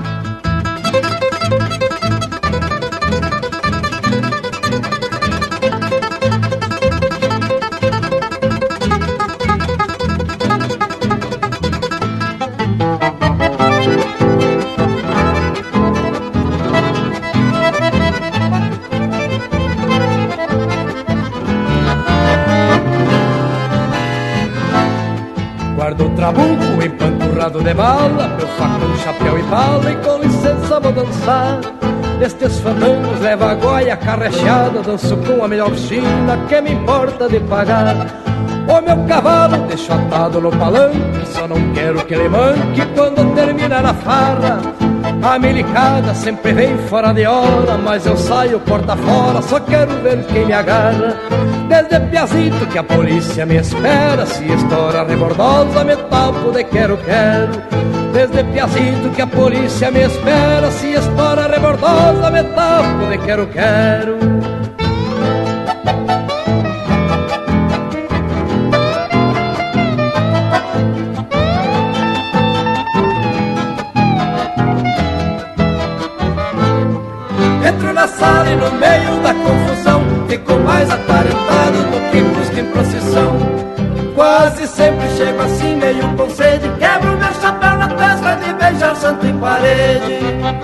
O: Guardo o trabuco empanturrado de bala, meu facão, chapéu e bala, e com licença vou dançar. Nestes fandangos levo a goia carrechada, danço com a melhor china, que me importa de pagar. O meu cavalo deixo atado no palanque, só não quero que ele manque quando terminar a farra. A milicada sempre vem fora de hora, mas eu saio porta fora, só quero ver quem me agarra. Desde piazito que a polícia me espera, se estoura rebordosa me tapo de quero-quero. Desde piazito que a polícia me espera, se estoura rebordosa me tapo de quero-quero. Entro na sala e no meio da confusão fico mais aparentado do que custo em procissão. Quase sempre chego assim meio com sede, quebro meu chapéu na testa de beijar santo em parede.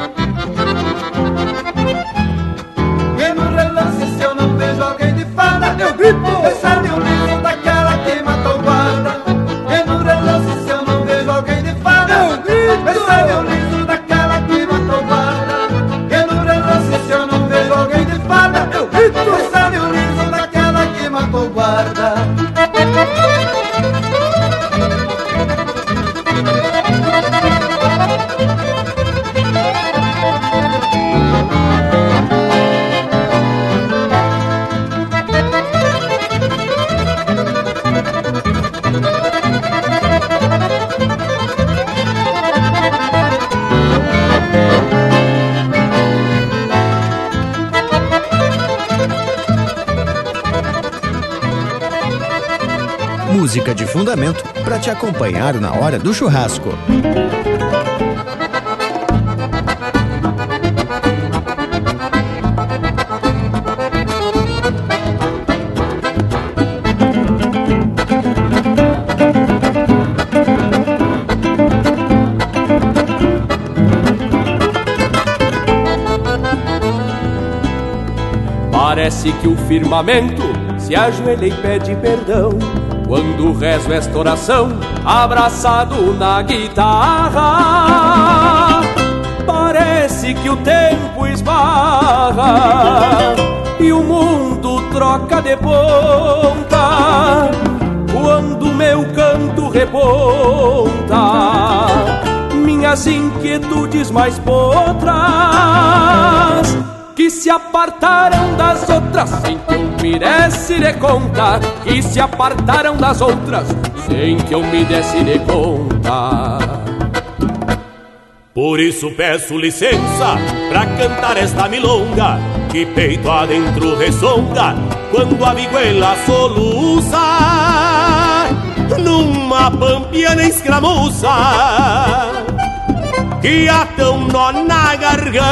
O: E no relance se eu não vejo alguém de farda, eu grito, pensando o riso daquela que matou o guarda. E no relance se eu não vejo alguém de farda, eu grito, pensando o riso daquela que matou o guarda. E no relance se eu não vejo alguém de farda, eu grito, pensando o riso daquela que matou o guarda.
B: música de fundamento para te acompanhar na hora do churrasco.
H: Parece que o firmamento se ajoelha e pede perdão quando rezo esta oração abraçado na guitarra. Parece que o tempo esbarra e o mundo troca de ponta quando meu canto reponta minhas inquietudes mais potras, que se apartaram das outras sem que eu me desse de conta, que se apartaram das outras sem que eu me desse de conta.
P: Por isso peço licença pra cantar esta milonga, que peito adentro ressonga quando a viguela soluça numa pampiana escramuça que ata um nó na garganta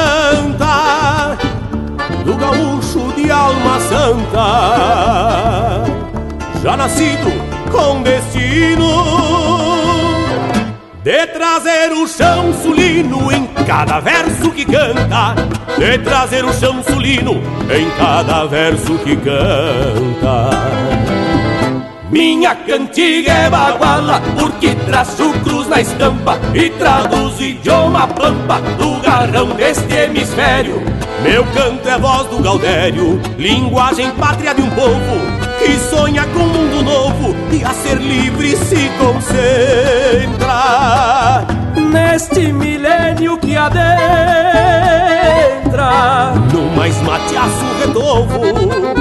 P: do gaúcho de alma santa, já nascido com destino de trazer o chão sulino em cada verso que canta, de trazer o chão sulino em cada verso que canta. Minha cantiga é baguala, porque traço cruz na estampa e traduz o idioma pampa do garrão deste hemisfério. Meu canto é voz do Gaudério, linguagem pátria de um povo que sonha com um mundo novo e a ser livre se concentra neste milênio que adentra no mais mateaço redovo.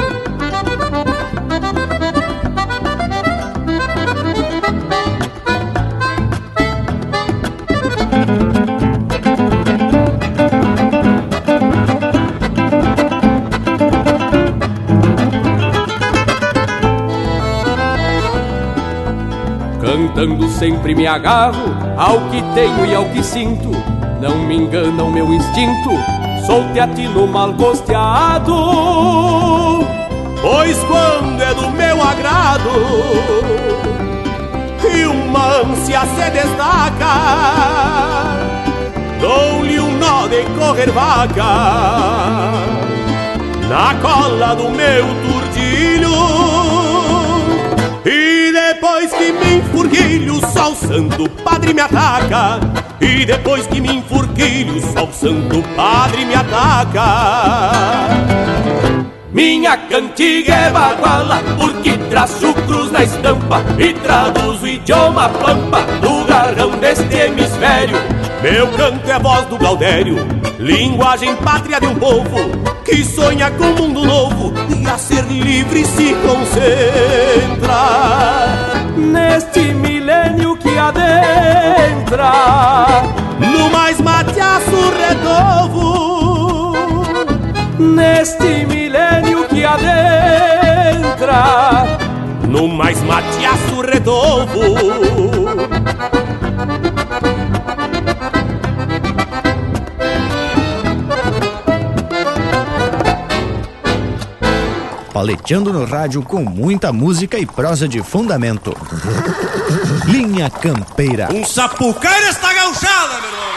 H: Cantando sempre me agarro ao que tenho e ao que sinto, não me engana o meu instinto, sou teatino mal gosteado,
P: pois quando é do meu agrado e uma ânsia se destaca, dou-lhe um nó de correr vaca na cola do meu turdilho. E depois que me enfurquilho, só o santo padre me ataca. E depois que me enfurquilho, só o santo padre me ataca.
H: Minha cantiga é baguala, porque traço cruz na estampa e traduz o idioma pampa do garrão deste hemisfério.
P: Meu canto é voz do Gaudério, linguagem pátria de um povo que sonha com um mundo novo e a ser livre se concentra
H: neste milênio que adentra
P: no mais mateaço redovo,
H: neste milênio que adentra
P: no mais mateaço redovo.
B: Paleteando no rádio com muita música e prosa de fundamento. Linha Campeira.
P: Um sapucai nesta gauchada, meu irmão.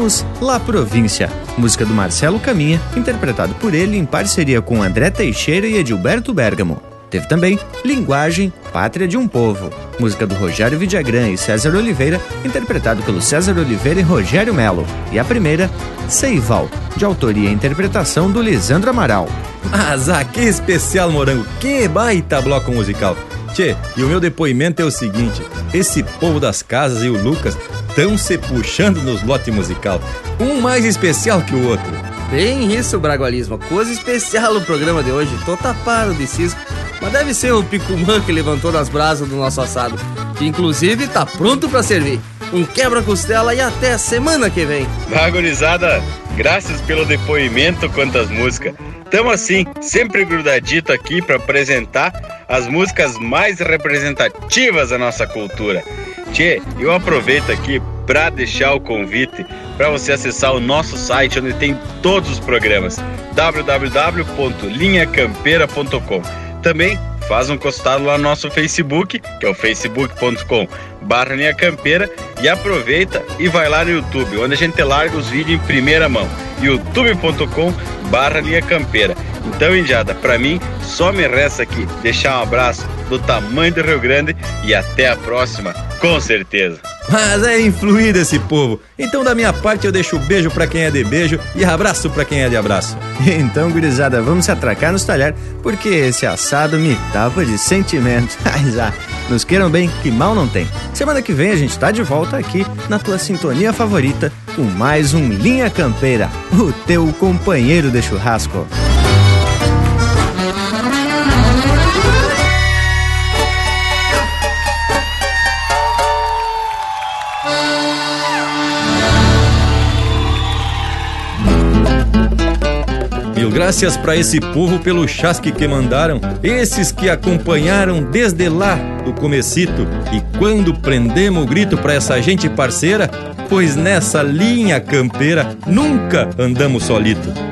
B: Tivemos La Província, música do Marcelo Caminha, interpretado por ele em parceria com André Teixeira e Edilberto Bergamo. Teve também Linguagem, Pátria de um Povo, música do Rogério Vidagrã e César Oliveira, interpretado pelo César Oliveira e Rogério Melo. E a primeira, Seival, de autoria e interpretação do Lisandro Amaral.
A: Mas ah, que especial, Morango, que baita bloco musical. Tchê, e o meu depoimento é o seguinte: esse povo das casas e o Lucas estão se puxando nos lotes musical, um mais especial que o outro.
E: Bem isso, Bragualismo, coisa especial o programa de hoje. Tô tapado de cisco, mas deve ser o Picumã que levantou das brasas do nosso assado, que inclusive tá pronto pra servir. Um quebra-costela e até semana que vem.
F: Vagorizada, graças pelo depoimento quanto às músicas. Tamo assim, sempre grudadito aqui para apresentar as músicas mais representativas da nossa cultura. Tchê, eu aproveito aqui para deixar o convite para você acessar o nosso site, onde tem todos os programas, w w w ponto linha campeira ponto com. Também faz um costado lá no nosso Facebook, que é o facebook ponto com barra linha campeira, e aproveita e vai lá no YouTube, onde a gente larga os vídeos em primeira mão, youtube ponto com barra linha campeira. Então, Indiada, pra mim, só me resta aqui deixar um abraço do tamanho do Rio Grande e até a próxima, com certeza.
A: Mas é influído esse povo. Então, da minha parte, eu deixo beijo pra quem é de beijo e abraço pra quem é de abraço.
B: Então, gurizada, vamos se atracar nos talher, porque esse assado me tapa de sentimento. Mas ah, nos queiram bem, que mal não tem. Semana que vem a gente tá de volta aqui na tua sintonia favorita com mais um Linha Campeira, o teu companheiro de churrasco.
A: Mil graças pra esse povo pelo chasque que mandaram, esses que acompanharam desde lá do comecito. E quando prendemos o grito pra essa gente parceira, pois nessa linha campeira nunca andamos solito.